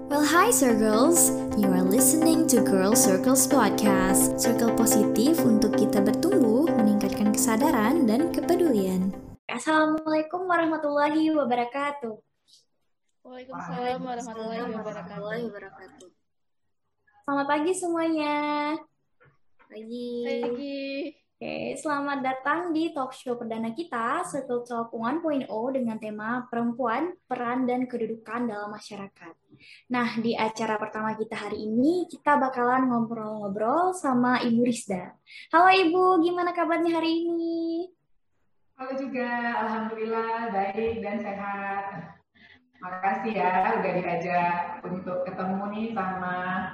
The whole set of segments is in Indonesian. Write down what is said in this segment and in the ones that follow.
Well, hi Circles. You are listening to Girl Circles Podcast. Circle positif untuk kita bertumbuh, meningkatkan kesadaran dan kepedulian. Assalamualaikum warahmatullahi wabarakatuh. Waalaikumsalam warahmatullahi wabarakatuh. Selamat pagi semuanya. Pagi. Oke, selamat datang di talk show perdana kita, Circle Talk 1.0 dengan tema perempuan, peran, dan kedudukan dalam masyarakat. Nah, di acara pertama kita hari ini, kita bakalan ngobrol-ngobrol sama Ibu Rizda. Halo Ibu, gimana kabarnya hari ini? Halo juga, Alhamdulillah baik dan sehat. Makasih ya udah diajak untuk ketemu nih sama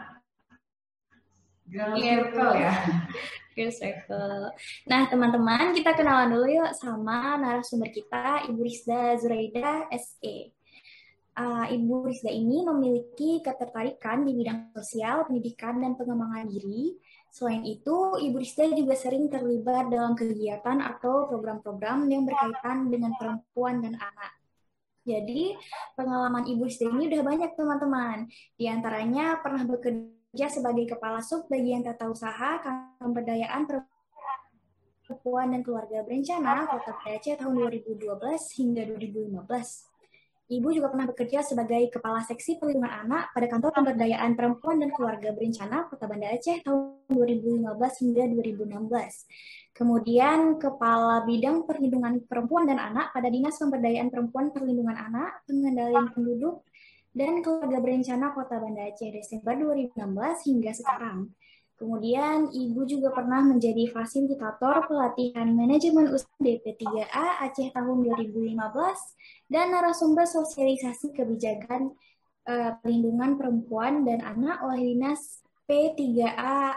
Girl Circle ya. Girl Circle. Nah, teman-teman, kita kenalan dulu yuk sama narasumber kita, Ibu Rizda Zuraida, SE. Ibu Rizda ini memiliki ketertarikan di bidang sosial, pendidikan, dan pengembangan diri. Selain itu, Ibu Rizda juga sering terlibat dalam kegiatan atau program-program yang berkaitan dengan perempuan dan anak. Jadi, pengalaman Ibu Rizda ini udah banyak, teman-teman. Di antaranya pernah bekerja sebagai Kepala Sub Bagian Tata Usaha Pemberdayaan Perempuan dan Keluarga Berencana Kota Banda Aceh tahun 2012 hingga 2015. Ibu juga pernah bekerja sebagai Kepala Seksi Perlindungan Anak pada Kantor Pemberdayaan Perempuan dan Keluarga Berencana Kota Banda Aceh tahun 2015 hingga 2016. Kemudian Kepala Bidang Perlindungan Perempuan dan Anak pada Dinas Pemberdayaan Perempuan Perlindungan Anak, Pengendalian Penduduk, dan Keluarga Berencana Kota Banda Aceh Desember 2016 hingga sekarang. Kemudian, Ibu juga pernah menjadi fasilitator pelatihan manajemen usaha DP3A Aceh tahun 2015 dan narasumber sosialisasi kebijakan perlindungan perempuan dan anak oleh Dinas P3A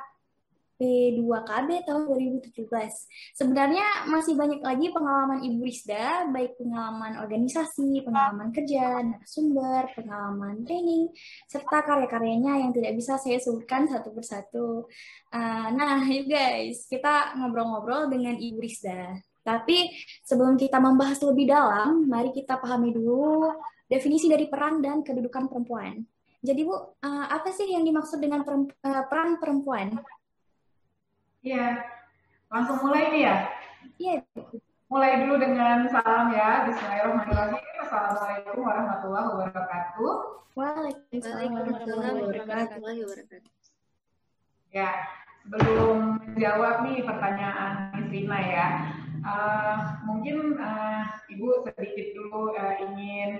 P2KB tahun 2017. Sebenarnya masih banyak lagi pengalaman Ibu Rizda, baik pengalaman organisasi, pengalaman kerja, narasumber, pengalaman training, serta karya-karyanya yang tidak bisa saya sebutkan satu persatu. Nah, you guys, kita ngobrol-ngobrol dengan Ibu Rizda. Tapi sebelum kita membahas lebih dalam, mari kita pahami dulu definisi dari peran dan kedudukan perempuan. Jadi Bu, apa sih yang dimaksud dengan peran perempuan? Iya, langsung mulai nih ya. Iya. Mulai dulu dengan salam ya. Bismillahirrahmanirrahim. Assalamualaikum warahmatullahi wabarakatuh. Waalaikumsalam warahmatullahi wabarakatuh. Ya, sebelum menjawab nih pertanyaan Miss Rina ya, mungkin Ibu sedikit dulu ingin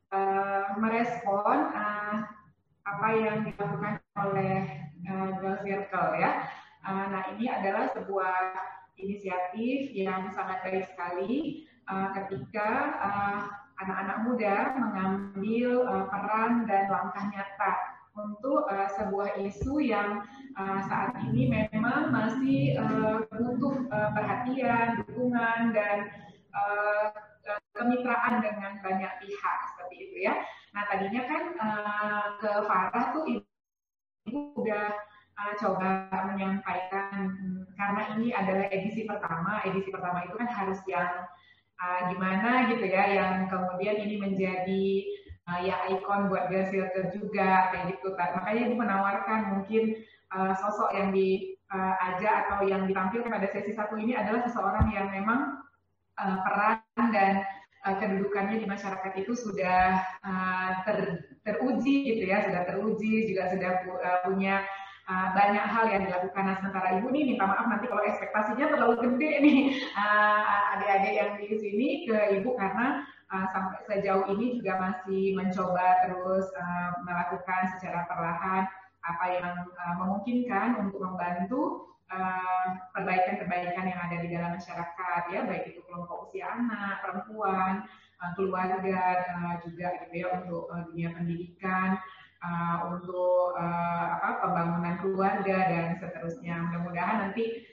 merespon apa yang dilakukan oleh Girl Circle ya. Nah, ini adalah sebuah inisiatif yang sangat baik sekali ketika anak-anak muda mengambil peran dan langkah nyata untuk sebuah isu yang saat ini memang masih butuh perhatian, dukungan, dan kemitraan dengan banyak pihak seperti itu ya. Nah, tadinya kan ke Farah tuh Ibu udah coba menyampaikan karena ini adalah edisi pertama. Edisi pertama itu kan harus yang gimana gitu ya, yang kemudian ini menjadi ya ikon buat Girl Circle juga kayak gitu kan. Makanya Ibu menawarkan mungkin sosok yang diajak atau yang ditampilkan pada sesi satu ini adalah seseorang yang memang peran dan kedudukannya di masyarakat itu sudah teruji gitu ya, sudah teruji, juga sudah punya banyak hal yang dilakukan. Nah, sementara Ibu nih minta maaf nanti kalau ekspektasinya terlalu gede nih adik-adik yang di sini ke Ibu karena sampai sejauh ini juga masih mencoba terus melakukan secara perlahan apa yang memungkinkan untuk membantu perbaikan-perbaikan yang ada di dalam masyarakat ya, baik itu kelompok usia anak, perempuan, keluarga juga gitu ya, untuk dunia pendidikan, untuk pembangunan keluarga dan seterusnya. Mudah-mudahan nanti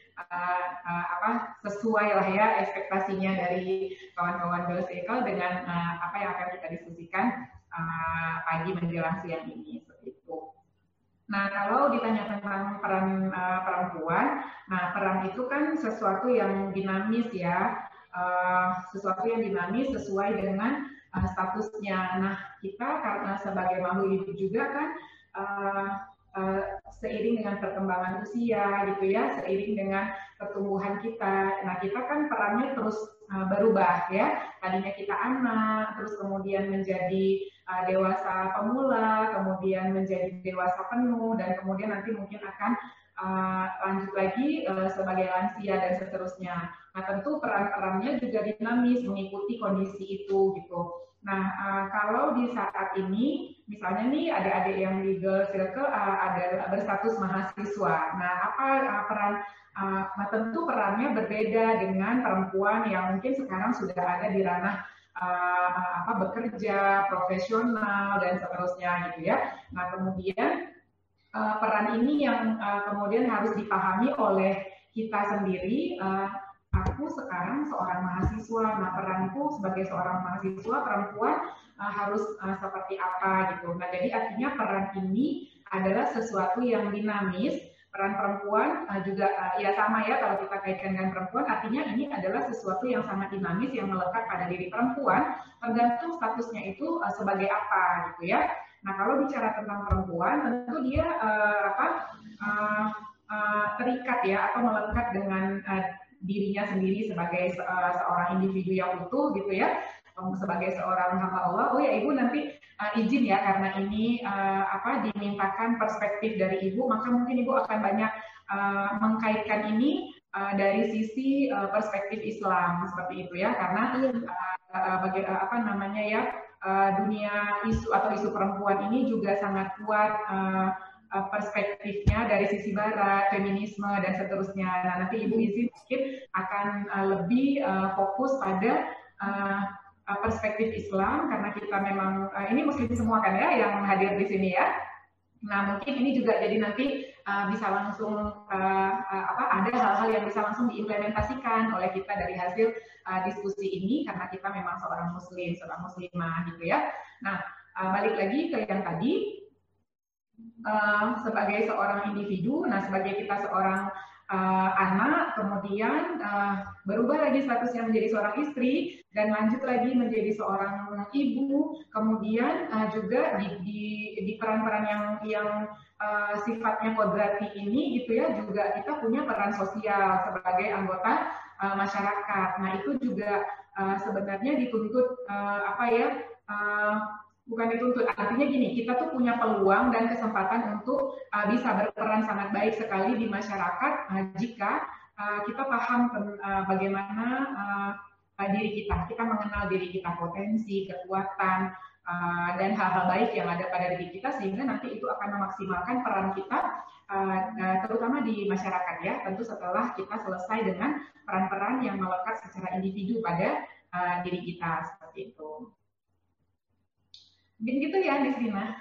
sesuai lah ya ekspektasinya dari kawan-kawan Girl Circle dengan apa yang akan kita diskusikan pagi menjelang siang ini seperti itu. Nah, kalau ditanya tentang peran perempuan, nah peran itu kan sesuatu yang dinamis ya, sesuatu yang dinamis sesuai dengan statusnya. Nah, kita karena sebagai makhluk hidup juga kan seiring dengan perkembangan usia gitu ya, seiring dengan pertumbuhan kita. Nah, kita kan perannya terus berubah ya. Tadinya kita anak, terus kemudian menjadi dewasa pemula, kemudian menjadi dewasa penuh, dan kemudian nanti mungkin akan lanjut lagi sebagai lansia dan seterusnya. Nah, tentu peran-perannya juga dinamis mengikuti kondisi itu gitu. Nah, kalau di saat ini, misalnya nih adik-adik yang di Girl Circle ada berstatus mahasiswa. Nah, apa peran? Tentu perannya berbeda dengan perempuan yang mungkin sekarang sudah ada di ranah bekerja, profesional dan seterusnya gitu ya. Nah, kemudian peran ini yang kemudian harus dipahami oleh kita sendiri. Aku sekarang seorang mahasiswa, nah peranku sebagai seorang mahasiswa perempuan harus seperti apa gitu. Nah, jadi artinya peran ini adalah sesuatu yang dinamis. Peran perempuan juga ya sama ya, kalau kita kaitkan dengan perempuan, artinya ini adalah sesuatu yang sangat dinamis yang melekat pada diri perempuan, tergantung statusnya itu sebagai apa gitu ya. Nah, kalau bicara tentang perempuan, tentu dia terikat ya atau melekat dengan dirinya sendiri sebagai seorang individu yang utuh gitu ya, sebagai seorang hamba Allah. Oh ya, ibu nanti izin ya, karena ini dimintakan perspektif dari ibu, maka mungkin ibu akan banyak mengkaitkan ini dari sisi perspektif Islam seperti itu ya, karena dunia isu atau isu perempuan ini juga sangat kuat perspektifnya dari sisi barat, feminisme dan seterusnya. Nah, nanti ibu izin mungkin akan lebih fokus pada perspektif Islam, karena kita memang ini muslim semua kan ya yang hadir di sini ya. Nah, mungkin ini juga jadi nanti bisa langsung ada hal-hal yang bisa langsung diimplementasikan oleh kita dari hasil diskusi ini, karena kita memang seorang muslim, seorang muslimah gitu ya. Nah, balik lagi ke yang tadi, sebagai seorang individu, nah sebagai kita seorang anak, kemudian berubah lagi statusnya menjadi seorang istri, dan lanjut lagi menjadi seorang ibu, kemudian juga di peran-peran yang sifatnya kodrati ini gitu ya, juga kita punya peran sosial sebagai anggota masyarakat. Nah, itu juga sebenarnya dituntut bukan dituntut, artinya gini, kita tuh punya peluang dan kesempatan untuk bisa berperan sangat baik sekali di masyarakat jika kita paham bagaimana diri kita mengenal diri kita, potensi, kekuatan, dan hal-hal baik yang ada pada diri kita, sehingga nanti itu akan memaksimalkan peran kita terutama di masyarakat ya, tentu setelah kita selesai dengan peran-peran yang melekat secara individu pada diri kita, seperti itu. Mungkin gitu ya, Desrina.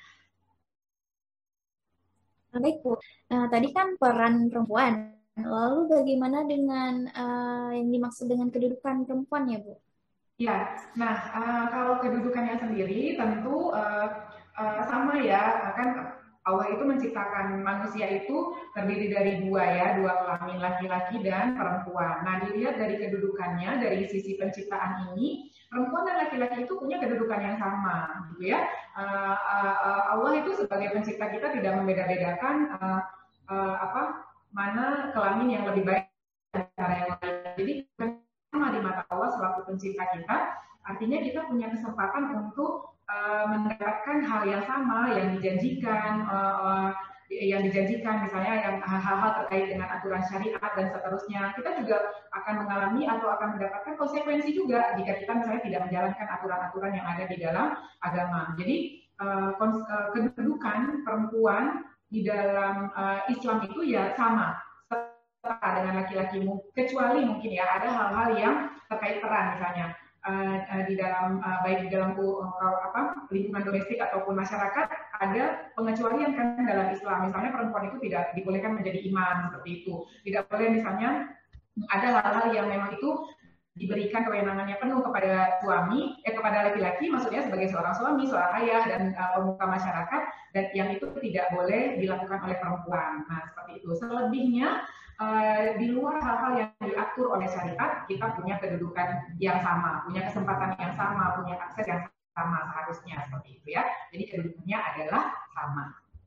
Baik, Bu. Nah, tadi kan peran perempuan. Lalu bagaimana dengan yang dimaksud dengan kedudukan perempuan ya, Bu? Ya, nah kalau kedudukannya sendiri tentu sama ya, kan Allah itu menciptakan manusia itu terdiri dari dua kelamin, laki-laki dan perempuan. Nah, dilihat dari kedudukannya, dari sisi penciptaan ini, perempuan dan laki-laki itu punya kedudukan yang sama, gitu ya. Allah itu sebagai pencipta kita tidak membeda-bedakan mana kelamin yang lebih baik antara yang lain. Jadi sama di mata Allah selaku pencipta kita, artinya kita punya kesempatan untuk mendapatkan hal yang sama yang dijanjikan misalnya yang hal-hal terkait dengan aturan syariat dan seterusnya. Kita juga akan mengalami atau akan mendapatkan konsekuensi juga jika kita misalnya tidak menjalankan aturan-aturan yang ada di dalam agama. Jadi kedudukan perempuan di dalam Islam itu ya sama dengan laki-laki, kecuali mungkin ya ada hal-hal yang terkait peran misalnya di dalam baik di dalam lingkungan domestik ataupun masyarakat, ada pengecualian kan dalam Islam. Misalnya perempuan itu tidak dibolehkan menjadi imam seperti itu, tidak boleh misalnya ada hal-hal yang memang itu diberikan kewenangannya penuh kepada suami, kepada laki-laki, maksudnya sebagai seorang suami, seorang ayah dan pemuka masyarakat, dan yang itu tidak boleh dilakukan oleh perempuan. Nah, seperti itu. Selebihnya di luar hal-hal yang diatur oleh syariat, kita punya kedudukan yang sama, punya kesempatan yang sama, punya akses yang sama seharusnya seperti itu ya. Jadi kedudukannya adalah sama.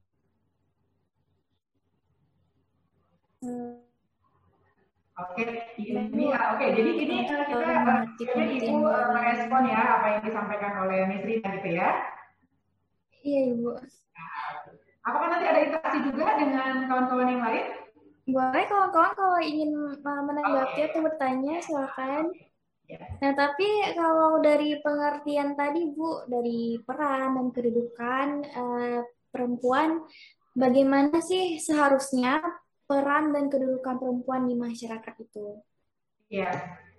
Oke, jadi ini kita Ibu merespon ya apa yang disampaikan oleh Miss Rina gitu ya. Iya Ibu. Apakah nanti ada interaksi juga dengan kawan-kawan yang lain? Boleh kawan-kawan kalau ingin menanggapi atau bertanya silakan. Nah, tapi kalau dari pengertian tadi Bu, dari peran dan kedudukan perempuan, bagaimana sih seharusnya peran dan kedudukan perempuan di masyarakat itu? Ya,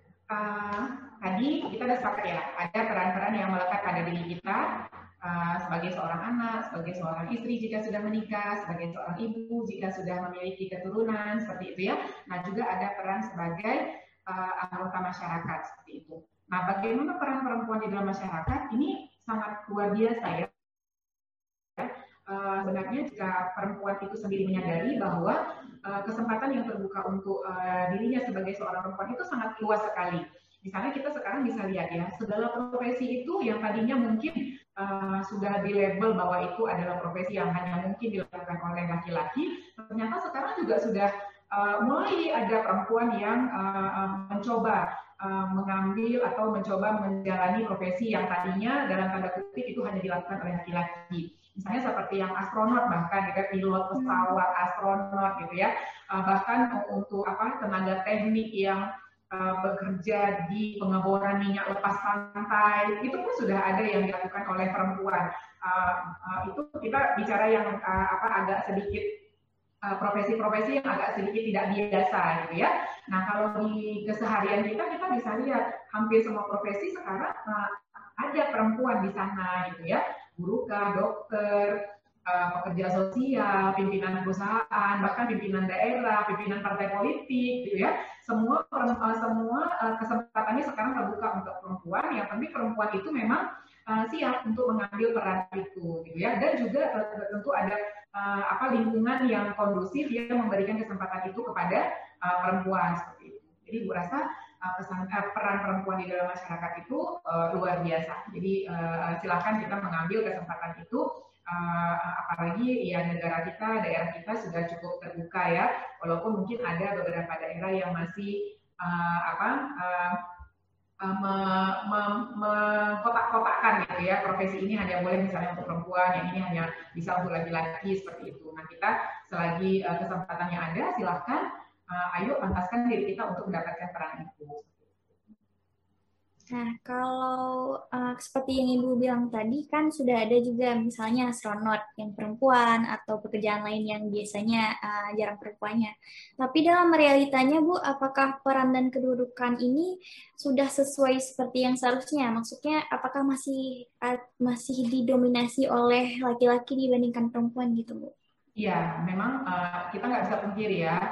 tadi kita sudah sepakat ya, ada peran-peran yang melekat pada diri kita sebagai seorang anak, sebagai seorang istri jika sudah menikah, sebagai seorang ibu jika sudah memiliki keturunan, seperti itu ya. Nah, juga ada peran sebagai anggota masyarakat, seperti itu. Nah, bagaimana peran perempuan di dalam masyarakat? Ini sangat luar biasa ya. Sebenarnya jika perempuan itu sendiri menyadari bahwa kesempatan yang terbuka untuk dirinya sebagai seorang perempuan itu sangat luas sekali. Misalnya kita sekarang bisa lihat ya, segala profesi itu yang tadinya mungkin sudah dilabel bahwa itu adalah profesi yang hanya mungkin dilakukan oleh laki-laki, ternyata sekarang juga sudah mulai ada perempuan yang mencoba mengambil atau mencoba menjalani profesi yang tadinya dalam tanda kutip itu hanya dilakukan oleh laki-laki. Misalnya seperti yang astronot, bahkan ya, pilot pesawat, astronot gitu ya, bahkan untuk tenaga teknik yang bekerja di pengeboran minyak lepas pantai, itu pun sudah ada yang dilakukan oleh perempuan. Itu kita bicara yang agak sedikit profesi-profesi yang agak sedikit tidak biasa gitu ya. Nah, kalau di keseharian kita bisa lihat hampir semua profesi sekarang ada perempuan di sana gitu ya. Guru, dokter, pekerja sosial, pimpinan perusahaan, bahkan pimpinan daerah, pimpinan partai politik, gitu ya. Semua kesempatannya sekarang terbuka untuk perempuan. Yang penting perempuan itu memang siap untuk mengambil peran itu, gitu ya. Dan juga tentu ada lingkungan yang kondusif yang memberikan kesempatan itu kepada perempuan seperti itu. Jadi gue rasa peran perempuan di dalam masyarakat itu luar biasa. Jadi silakan kita mengambil kesempatan itu. Apalagi ya daerah kita sudah cukup terbuka ya, walaupun mungkin ada beberapa daerah yang masih mengkotak-kotakkan gitu ya, profesi ini hanya boleh misalnya untuk perempuan, yang ini hanya bisa untuk laki-laki seperti itu. Nah, kita selagi kesempatannya ada, silahkan ayo pantaskan diri kita untuk mendapatkan peran itu. Nah, kalau seperti yang Ibu bilang tadi, kan sudah ada juga misalnya astronot yang perempuan atau pekerjaan lain yang biasanya jarang perempuannya. Tapi dalam realitanya, Bu, apakah peran dan kedudukan ini sudah sesuai seperti yang seharusnya? Maksudnya, apakah masih didominasi oleh laki-laki dibandingkan perempuan gitu, Bu? Iya, memang kita nggak bisa pungkiri ya.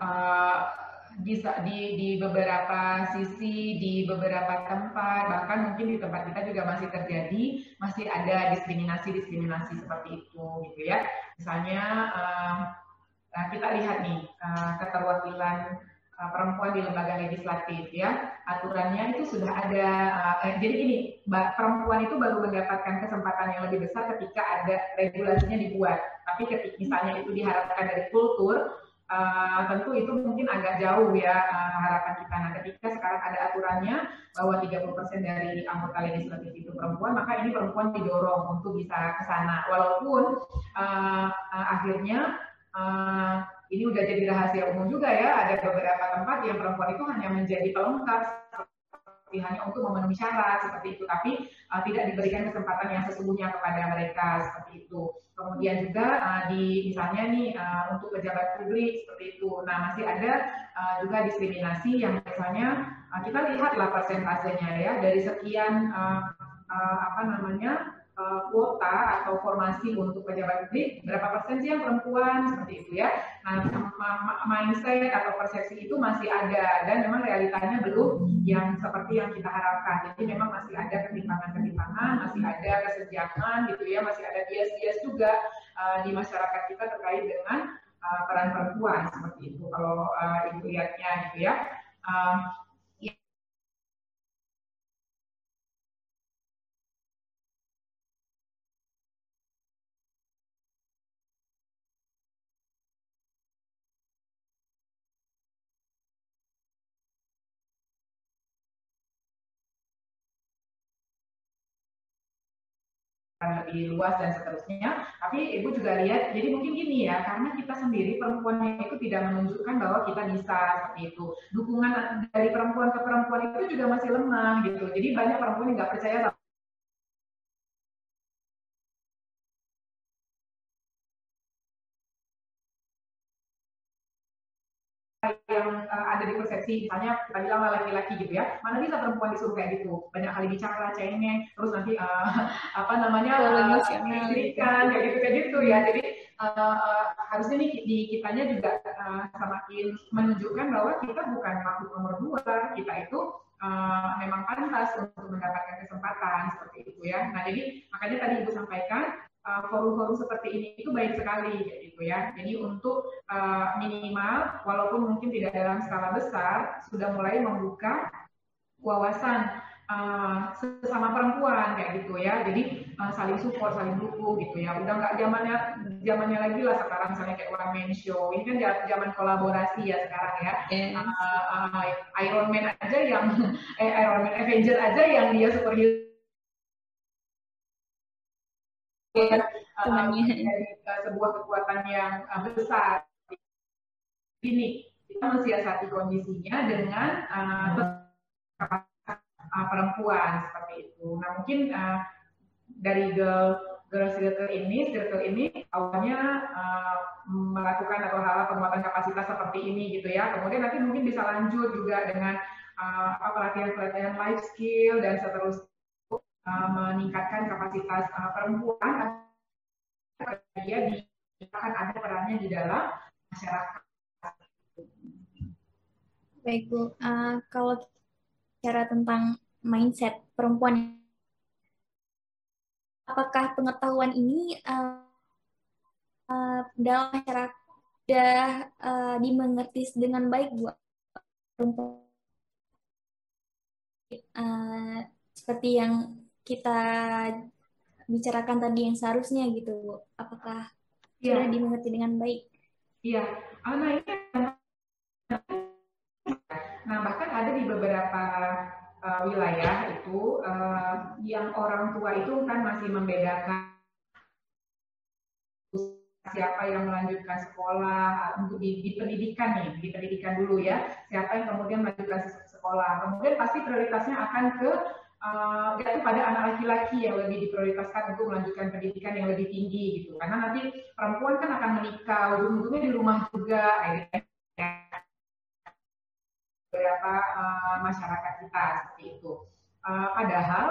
Di beberapa sisi, di beberapa tempat, bahkan mungkin di tempat kita juga masih terjadi, masih ada diskriminasi seperti itu, gitu ya. Misalnya kita lihat nih keterwakilan perempuan di lembaga legislatif ya, aturannya itu sudah ada. Jadi gini, perempuan itu baru mendapatkan kesempatan yang lebih besar ketika ada regulasinya dibuat. Tapi ketika misalnya itu diharapkan dari kultur, tentu itu mungkin agak jauh ya harapan kita. Nah, ketika sekarang ada aturannya bahwa 30% dari anggota legislatif itu perempuan, maka ini perempuan didorong untuk bisa ke sana. Walaupun akhirnya ini udah jadi rahasia umum juga ya, ada beberapa tempat yang perempuan itu hanya menjadi pelengkap, hanya untuk memenuhi syarat seperti itu, tapi tidak diberikan kesempatan yang sesungguhnya kepada mereka seperti itu. Kemudian juga misalnya nih untuk pejabat publik seperti itu. Nah, masih ada juga diskriminasi yang misalnya kita lihatlah persentasenya ya, dari sekian kuota atau formasi untuk pejabat publik, berapa persen sih yang perempuan seperti itu ya. Nah, mindset atau persepsi itu masih ada dan memang realitanya belum yang seperti yang kita harapkan. Jadi memang masih ada ketimpangan-ketimpangan, masih ada kesenjangan gitu ya, masih ada bias-bias juga di masyarakat kita terkait dengan peran perempuan seperti itu. Kalau Ibu lihatnya gitu ya. Lebih luas dan seterusnya, tapi Ibu juga lihat, jadi mungkin gini ya, karena kita sendiri perempuannya itu tidak menunjukkan bahwa kita bisa seperti itu. Dukungan dari perempuan ke perempuan itu juga masih lemah gitu. Jadi banyak perempuan yang nggak percaya yang ada di persepsi, misalnya kita bilang laki-laki gitu ya, mana bisa perempuan disuruh kayak gitu, banyak kali bicara, cengeng, terus nanti apa namanya istrikan kayak gitu ya. Jadi harusnya nih di kitanya juga semakin menunjukkan bahwa kita bukan makhluk nomor dua, kita itu memang pantas untuk mendapatkan kesempatan seperti itu ya. Nah jadi makanya tadi Ibu sampaikan forum-forum seperti ini itu baik sekali gitu ya. Jadi untuk minimal walaupun mungkin tidak dalam skala besar sudah mulai membuka wawasan sesama perempuan kayak gitu ya. Jadi saling support, saling dukung gitu ya. Udah nggak zamannya lagi lah sekarang misalnya kayak one man show. Ini kan zaman kolaborasi ya sekarang ya. Iron Man aja yang Iron Man Avenger aja yang dia superhero dari sebuah kekuatan yang besar. Ini kita mensiasati kondisinya dengan perempuan seperti itu. Nah mungkin dari circle ini awalnya melakukan atau hal penguatan kapasitas seperti ini gitu ya. Kemudian nanti mungkin bisa lanjut juga dengan pelatihan life skill dan seterusnya meningkatkan kapasitas perempuan agar dia akan ada perannya di dalam masyarakat. Baik Bu, kalau bicara tentang mindset perempuan, apakah pengetahuan ini dalam masyarakat sudah dimengerti dengan baik Bu? Perempuan seperti yang kita bicarakan tadi yang seharusnya gitu Bu, apakah sudah dimengerti dengan baik? Iya, nah ini bahkan ada di beberapa wilayah itu yang orang tua itu kan masih membedakan siapa yang melanjutkan sekolah untuk di pendidikan nih, di pendidikan dulu ya, siapa yang kemudian melanjutkan sekolah, kemudian pasti prioritasnya akan ke jatuh pada anak laki-laki yang lebih diprioritaskan untuk melanjutkan pendidikan yang lebih tinggi gitu, karena nanti perempuan kan akan menikah, ujung-ujungnya di rumah juga, beberapa masyarakat kita seperti itu. Padahal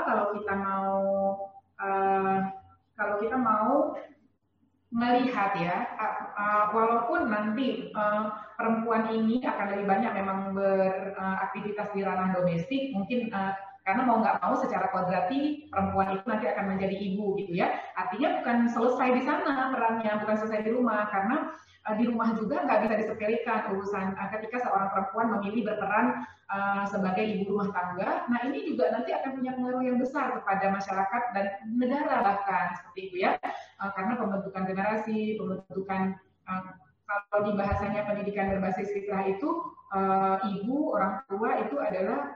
kalau kita mau melihat ya, walaupun nanti perempuan ini akan lebih banyak memang beraktivitas di ranah domestik, mungkin karena mau nggak mau secara kodrati perempuan itu nanti akan menjadi ibu gitu ya. Artinya bukan selesai di sana perannya, bukan selesai di rumah, karena di rumah juga nggak bisa disepelekan urusan ketika seorang perempuan memilih berperan sebagai ibu rumah tangga. Nah ini juga nanti akan punya pengaruh yang besar kepada masyarakat dan negara bahkan seperti itu ya. Karena pembentukan generasi, pembentukan kalau di bahasanya pendidikan berbasis fitrah itu ibu orang tua itu adalah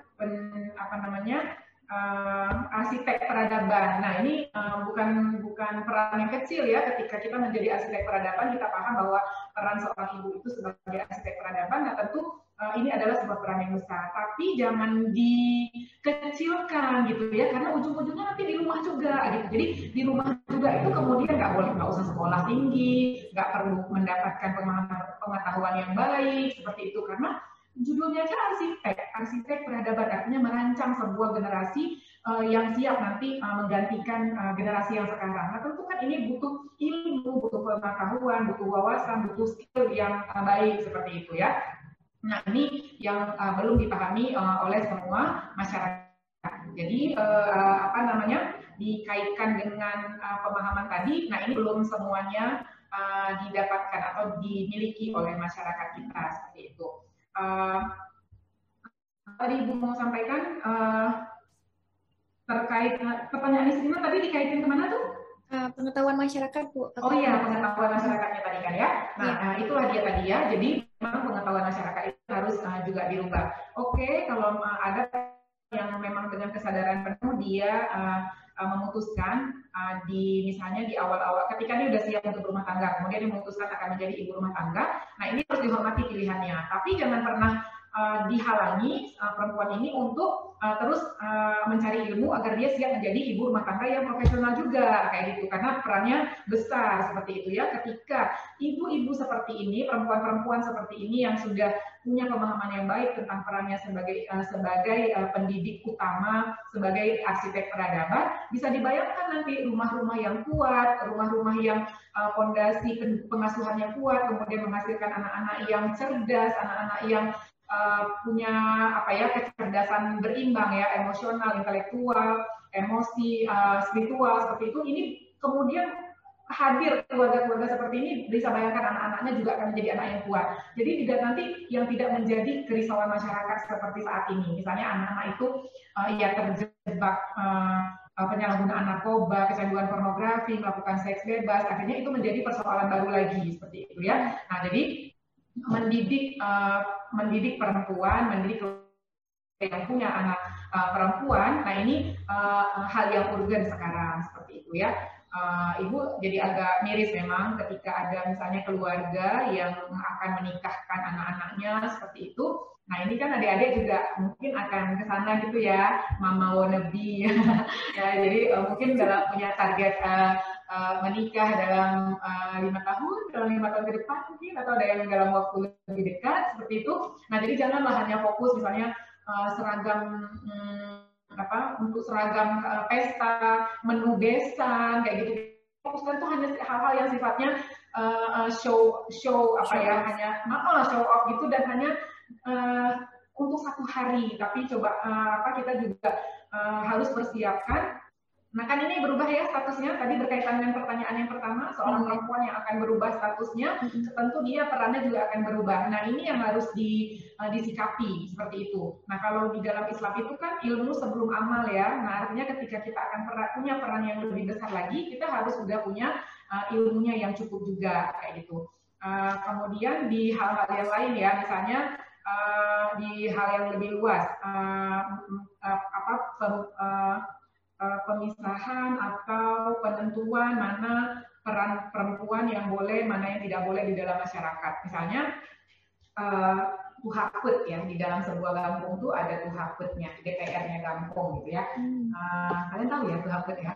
arsitek peradaban. Nah ini bukan peran yang kecil ya, ketika kita menjadi arsitek peradaban kita paham bahwa peran seorang ibu itu sebagai arsitek peradaban. Nah tentu ini adalah sebuah peran yang besar, tapi jangan dikecilkan gitu ya, karena ujung-ujungnya nanti di rumah juga gitu. Jadi di rumah juga itu kemudian nggak usah sekolah tinggi, nggak perlu mendapatkan pengetahuan yang baik seperti itu, karena judulnya aja arsitek peradaban, artinya merancang sebuah generasi yang siap nanti menggantikan generasi yang sekarang. Nah tentu kan ini butuh ilmu, butuh pengetahuan, butuh wawasan, butuh skill yang baik seperti itu ya. Nah ini yang belum dipahami oleh semua masyarakat. Jadi dikaitkan dengan pemahaman tadi. Nah ini belum semuanya didapatkan atau dimiliki oleh masyarakat kita seperti itu. Tadi Ibu mau sampaikan terkait pertanyaan istrinya tadi dikaitin kemana tuh? Pengetahuan masyarakat, Bu. Oh iya, pengetahuan masyarakatnya tadi kan ya. Nah, itulah dia tadi ya. Jadi memang pengetahuan masyarakat itu harus juga dirubah. Oke, kalau ada yang memang dengan kesadaran penuh dia memutuskan misalnya di awal-awal ketika dia sudah siap untuk berumah tangga, kemudian dia memutuskan akan menjadi ibu rumah tangga. Nah, ini harus dihormati pilihannya. Tapi jangan pernah dihalangi perempuan ini untuk terus mencari ilmu agar dia siap menjadi ibu rumah tangga yang profesional juga kayak gitu, karena perannya besar seperti itu ya. Ketika ibu-ibu seperti ini, perempuan-perempuan seperti ini yang sudah punya pemahaman yang baik tentang perannya sebagai pendidik utama, sebagai arsitek peradaban, bisa dibayangkan nanti rumah-rumah yang kuat, rumah-rumah yang fondasi pengasuhan yang kuat, kemudian menghasilkan anak-anak yang cerdas, anak-anak yang punya kecerdasan berimbang ya, emosional, intelektual, emosi, spiritual seperti itu. Ini kemudian hadir keluarga-keluarga seperti ini, bisa bayangkan anak-anaknya juga akan menjadi anak yang kuat. Jadi tidak nanti yang tidak menjadi kerisauan masyarakat seperti saat ini. Misalnya anak-anak itu terjebak penyalahgunaan narkoba, kecanduan pornografi, melakukan seks bebas, akhirnya itu menjadi persoalan baru lagi seperti itu ya. Nah, jadi mendidik perempuan, mendidik yang punya anak perempuan, nah ini hal yang urgen sekarang seperti itu ya. Ibu jadi agak miris memang ketika ada misalnya keluarga yang akan menikahkan anak-anaknya seperti itu. Nah ini kan adik-adik juga mungkin akan ke sana gitu ya, mama wannabe ya, jadi mungkin dalam punya target menikah dalam 5 tahun, dalam 5 tahun ke depan mungkin, atau ada yang dalam waktu lebih dekat seperti itu. Nah jadi janganlah hanya fokus misalnya seragam untuk seragam pesta, menu besan kayak gitu. Fokuskan tuh hanya hal-hal yang sifatnya show hanya show off gitu, dan hanya untuk satu hari. Tapi coba kita juga harus persiapkan. Nah kan ini berubah ya statusnya, tadi berkaitan dengan pertanyaan yang pertama, seorang perempuan yang akan berubah statusnya, tentu dia perannya juga akan berubah. Nah ini yang harus disikapi seperti itu. Nah kalau di dalam Islam itu kan ilmu sebelum amal ya, nah artinya ketika kita akan punya peran yang lebih besar lagi, kita harus sudah punya ilmunya yang cukup juga kayak gitu. Kemudian di hal-hal yang lain ya, misalnya di hal yang lebih luas, pemisahan atau penentuan mana peran perempuan yang boleh, mana yang tidak boleh di dalam masyarakat. Misalnya tuhaput ya, di dalam sebuah kampung tuh ada tuhaputnya, DPR-nya kampung gitu ya. Kalian tahu ya tuhaput ya?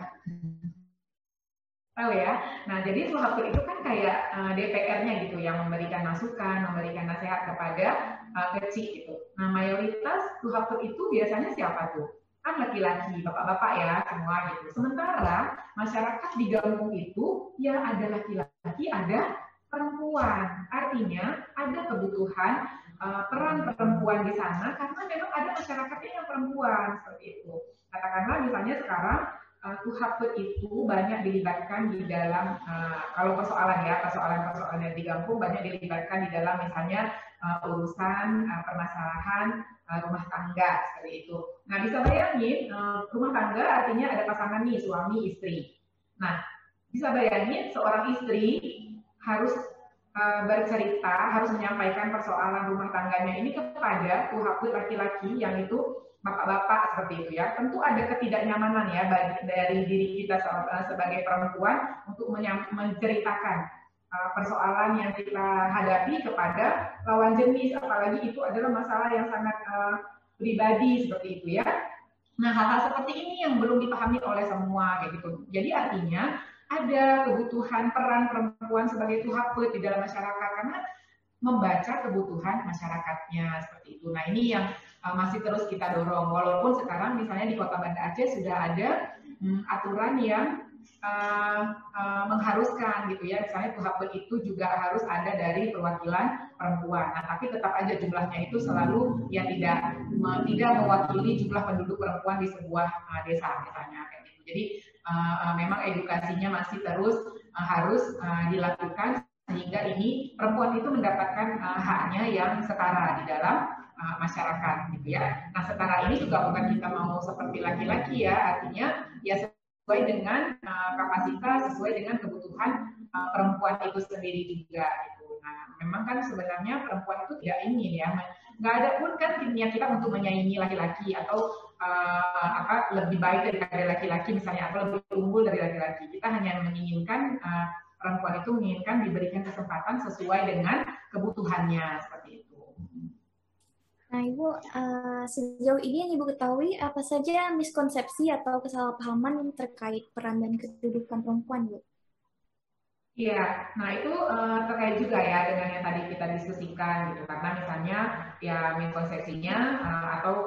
Tahu ya? Nah jadi tuhaput itu kan kayak DPR-nya gitu, yang memberikan masukan, memberikan nasihat kepada kecil gitu. Nah mayoritas tuhaput itu biasanya siapa tuh? Kan laki-laki, bapak-bapak ya semua gitu. Sementara masyarakat di kampung itu ya ada laki-laki, ada perempuan. Artinya ada kebutuhan peran perempuan di sana karena memang ada masyarakatnya yang perempuan seperti itu. Katakanlah misalnya sekarang tuhaput itu banyak dilibatkan di dalam kalau persoalan yang di kampung banyak dilibatkan di dalam misalnya urusan permasalahan rumah tangga seperti itu. Nah bisa bayangin rumah tangga artinya ada pasangan nih, suami istri. Nah bisa bayangin seorang istri harus bercerita, harus menyampaikan persoalan rumah tangganya ini kepada tuhaput laki-laki yang itu bapak-bapak seperti itu ya. Tentu ada ketidaknyamanan ya dari diri kita sebagai perempuan untuk menceritakan persoalan yang kita hadapi kepada lawan jenis, apalagi itu adalah masalah yang sangat pribadi seperti itu ya. Nah hal-hal seperti ini yang belum dipahami oleh semua kayak gitu. Jadi artinya ada kebutuhan peran perempuan sebagai tuhaput di dalam masyarakat karena membaca kebutuhan masyarakatnya seperti itu. Nah ini yang masih terus kita dorong. Walaupun sekarang misalnya di Kota Banda Aceh sudah ada aturan yang mengharuskan gitu ya, misalnya tuhaput itu juga harus ada dari perwakilan perempuan. Nah, tapi tetap aja jumlahnya itu selalu ya tidak mewakili jumlah penduduk perempuan di sebuah desa misalnya kayak gitu. Jadi memang edukasinya masih terus harus dilakukan sehingga ini perempuan itu mendapatkan haknya yang setara di dalam masyarakat gitu ya. Nah, setara ini juga bukan kita mau seperti laki-laki ya, artinya ya sesuai dengan kapasitas, sesuai dengan kebutuhan perempuan itu sendiri juga gitu. Nah, memang kan sebenarnya perempuan itu tidak ingin ya, nggak ada pun kan niat kita untuk menyaingi laki-laki atau lebih baik daripada laki-laki misalnya atau lebih unggul dari laki-laki. Kita hanya menginginkan perempuan itu menginginkan diberikan kesempatan sesuai dengan kebutuhannya seperti itu. Nah, Ibu, sejauh ini yang Ibu ketahui apa saja miskonsepsi atau kesalahpahaman yang terkait peran dan kedudukan perempuan, Bu? Iya, nah itu terkait juga ya dengan yang tadi kita diskusikan gitu, karena misalnya ya miskonsepsinya atau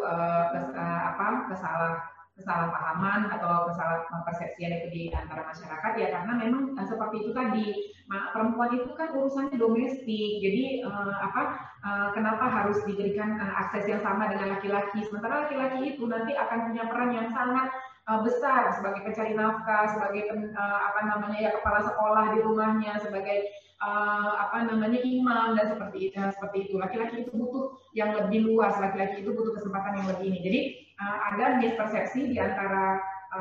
kesalahpahaman atau kesalah persepsian itu di antara masyarakat ya karena memang seperti itu tadi perempuan itu kan urusannya domestik, jadi kenapa harus diberikan akses yang sama dengan laki-laki, sementara laki-laki itu nanti akan punya peran yang sangat besar sebagai pencari nafkah, sebagai kepala sekolah di rumahnya, sebagai imam dan seperti itu. Laki-laki itu butuh yang lebih luas, laki-laki itu butuh kesempatan yang lebih ini. Jadi ada mispersepsi di antara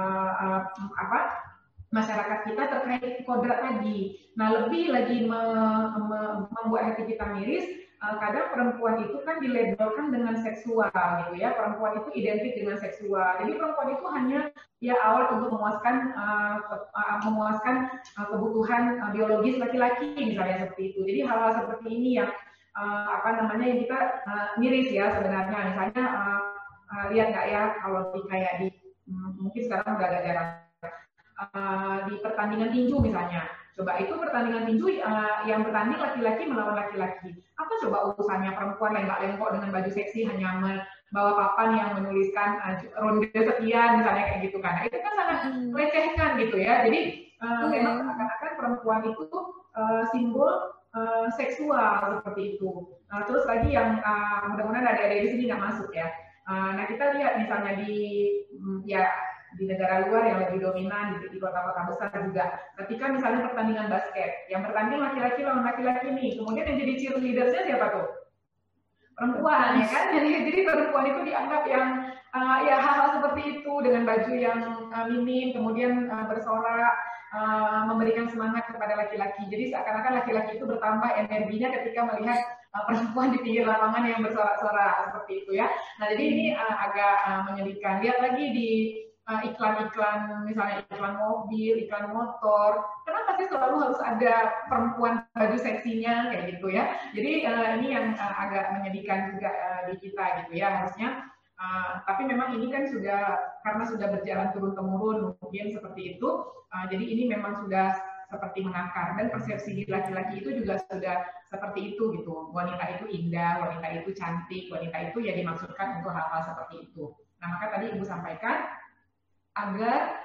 masyarakat kita terkait kodrat tadi. Nah, lebih lagi membuat hati kita miris. Kadang perempuan itu kan dilabelkan dengan seksual gitu ya, perempuan itu identik dengan seksual, jadi perempuan itu hanya ya alat untuk memuaskan kebutuhan biologis laki-laki misalnya seperti itu. Jadi hal-hal seperti ini yang yang kita miris ya sebenarnya. Misalnya lihat nggak ya kalau mungkin sekarang udah agak jarang di pertandingan tinju misalnya. Coba itu pertandingan tinju yang bertanding laki-laki melawan laki-laki. Apa coba urusannya perempuan yang nggak lengkok dengan baju seksi hanya membawa papan yang menuliskan ronde sekian misalnya kayak gitu kan. Nah, itu kan sangat melecehkan gitu ya. Jadi memang seakan-akan perempuan itu simbol seksual seperti itu. Nah, terus lagi yang mudah-mudahan ada di sini nggak masuk ya. Nah kita lihat misalnya di negara luar yang lebih dominan di kota-kota besar juga, ketika misalnya pertandingan basket yang bertanding laki-laki lawan laki-laki nih, kemudian yang jadi cheerleadersnya siapa tuh? Perempuan ya kan. Jadi perempuan itu dianggap yang hal-hal seperti itu dengan baju yang minim, kemudian bersorak, memberikan semangat kepada laki-laki. Jadi seakan-akan laki-laki itu bertambah energinya ketika melihat perempuan di pinggir lapangan yang bersorak-sorak seperti itu ya. Nah jadi ini agak menyedihkan. Lihat lagi di iklan-iklan, misalnya iklan mobil, iklan motor, kenapa sih selalu harus ada perempuan baju seksinya kayak gitu ya. Jadi ini yang agak menyedihkan juga di kita gitu ya harusnya. Tapi memang ini kan karena sudah berjalan turun-temurun mungkin seperti itu, jadi ini memang sudah seperti mengakar, dan persepsi di laki-laki itu juga sudah seperti itu gitu. Wanita itu indah, wanita itu cantik, wanita itu ya dimaksudkan untuk hal-hal seperti itu. Nah maka tadi Ibu sampaikan agar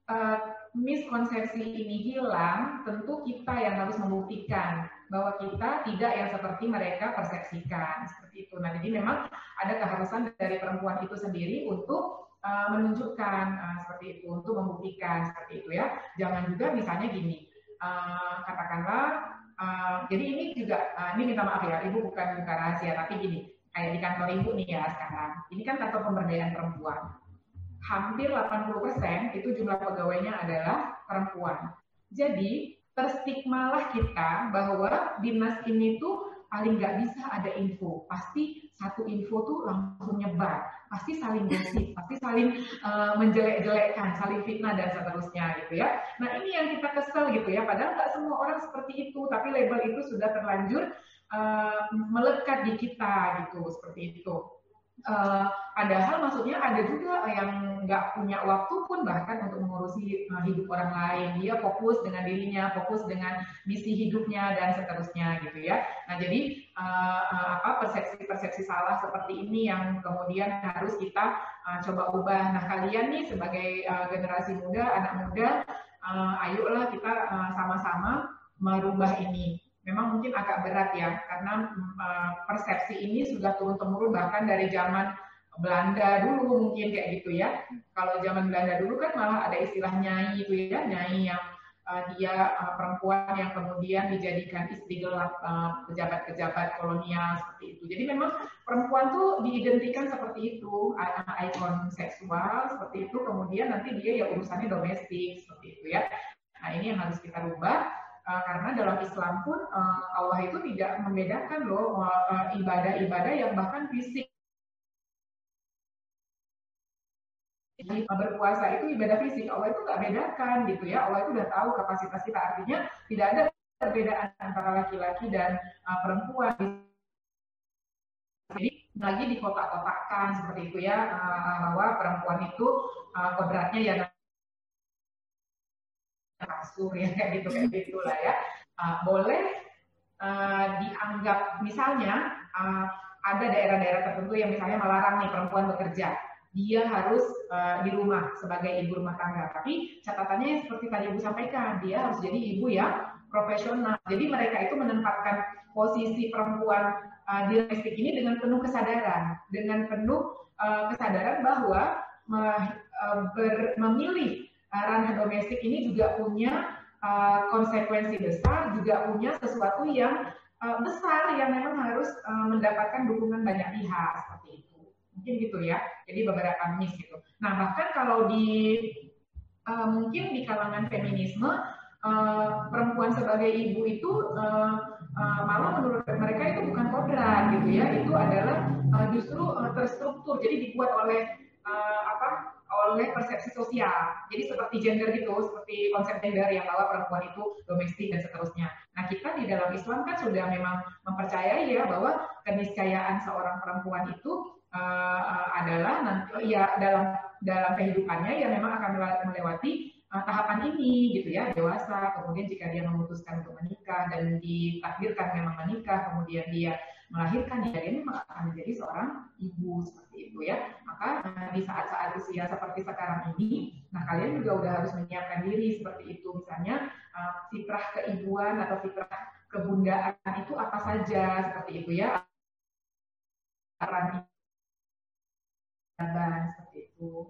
miskonsepsi ini hilang, tentu kita yang harus membuktikan bahwa kita tidak yang seperti mereka persepsikan seperti itu. Nah, jadi memang ada keharusan dari perempuan itu sendiri untuk menunjukkan seperti itu, untuk membuktikan seperti itu ya. Jangan juga misalnya gini, katakanlah, jadi ini juga, ini minta maaf ya, Ibu bukan rahasia, tapi gini, kayak di kantor Ibu nih ya sekarang, ini kan kantor pemberdayaan perempuan. Hampir 80% itu jumlah pegawainya adalah perempuan. Jadi terstigmalah kita bahwa dinas ini tuh paling nggak bisa ada info. Pasti satu info tuh langsung nyebar. Pasti saling gosip, pasti saling menjelek-jelekkan, saling fitnah dan seterusnya gitu ya. Nah ini yang kita kesel gitu ya. Padahal nggak semua orang seperti itu, tapi label itu sudah terlanjur melekat di kita gitu, seperti itu. Padahal maksudnya ada juga yang nggak punya waktu pun bahkan untuk mengurusi hidup orang lain. Dia fokus dengan dirinya, fokus dengan misi hidupnya dan seterusnya gitu ya. Nah jadi persepsi salah seperti ini yang kemudian harus kita coba ubah. Nah kalian nih sebagai generasi muda, anak muda, ayolah kita sama-sama merubah ini. Memang mungkin agak berat ya, karena persepsi ini sudah turun-temurun bahkan dari zaman Belanda dulu mungkin kayak gitu ya. Kalau zaman Belanda dulu kan malah ada istilah nyai itu ya, nyai yang dia perempuan yang kemudian dijadikan istri gelap pejabat-pejabat kolonial seperti itu. Jadi memang perempuan tuh diidentikan seperti itu, ikon seksual seperti itu, kemudian nanti dia ya urusannya domestik seperti itu ya. Nah ini yang harus kita rubah. Karena dalam Islam pun Allah itu tidak membedakan loh ibadah-ibadah yang bahkan fisik. Berpuasa itu ibadah fisik, Allah itu nggak bedakan gitu ya. Allah itu udah tahu kapasitas kita, artinya tidak ada perbedaan antara laki-laki dan perempuan. Jadi lagi di kotak-kotakkan seperti itu ya, bahwa perempuan itu kodratnya ya kasur ya kayak gitulah ya. Boleh dianggap misalnya ada daerah-daerah tertentu yang misalnya melarang nih perempuan bekerja, dia harus di rumah sebagai ibu rumah tangga. Tapi catatannya seperti tadi Ibu sampaikan, dia harus jadi ibu yang profesional. Jadi mereka itu menempatkan posisi perempuan di domestik ini dengan penuh kesadaran, bahwa memilih ranah domestik ini juga punya konsekuensi besar, juga punya sesuatu yang besar yang memang harus mendapatkan dukungan banyak pihak seperti itu. Mungkin gitu ya. Jadi beberapa miss gitu. Nah bahkan kalau mungkin di kalangan feminisme perempuan sebagai ibu itu malah menurut mereka itu bukan kodrat gitu ya. Itu adalah justru terstruktur. Jadi dibuat oleh persepsi sosial. Jadi seperti gender gitu, seperti konsep gender yang bahwa perempuan itu domestik dan seterusnya. Nah kita di dalam Islam kan sudah memang mempercayai ya bahwa keniscayaan seorang perempuan itu adalah nanti ya dalam kehidupannya ya memang akan melewati tahapan ini gitu ya, dewasa, kemudian jika dia memutuskan untuk menikah dan ditakdirkan memang menikah, kemudian dia melahirkan, ya dia memang akan menjadi seorang ibu seperti itu ya. Maka di saat-saat usia seperti sekarang ini, nah kalian juga udah harus menyiapkan diri seperti itu. Misalnya fitrah keibuan atau fitrah kebundaan itu apa saja seperti itu ya. Seperti itu.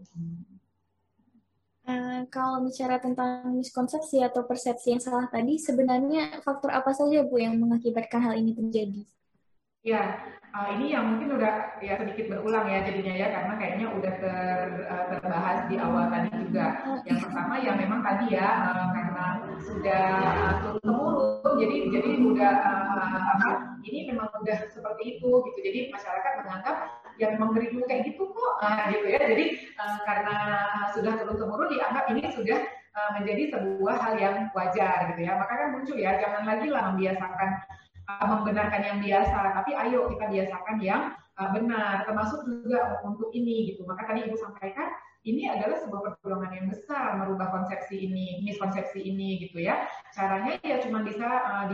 Kalau bicara tentang miskonsepsi atau persepsi yang salah tadi, sebenarnya faktor apa saja Bu yang mengakibatkan hal ini terjadi? Ya, ini yang mungkin udah ya sedikit berulang ya jadinya ya, karena kayaknya udah terbahas di awal tadi juga. Yang pertama ya memang tadi ya karena sudah turun-temurun, jadi udah ini memang udah seperti itu gitu. Jadi masyarakat menganggap ya memang dari dulu kayak gitu kok, gitu ya. Jadi karena sudah turun-temurun dianggap ini sudah menjadi sebuah hal yang wajar gitu ya. Maka kan muncul ya, jangan lagi lah membiasakan membenarkan yang biasa, tapi ayo kita biasakan yang benar, termasuk juga untuk ini gitu. Maka tadi Ibu sampaikan ini adalah sebuah perjuangan yang besar merubah konsepsi ini, miskonsepsi ini gitu ya. Caranya ya cuma bisa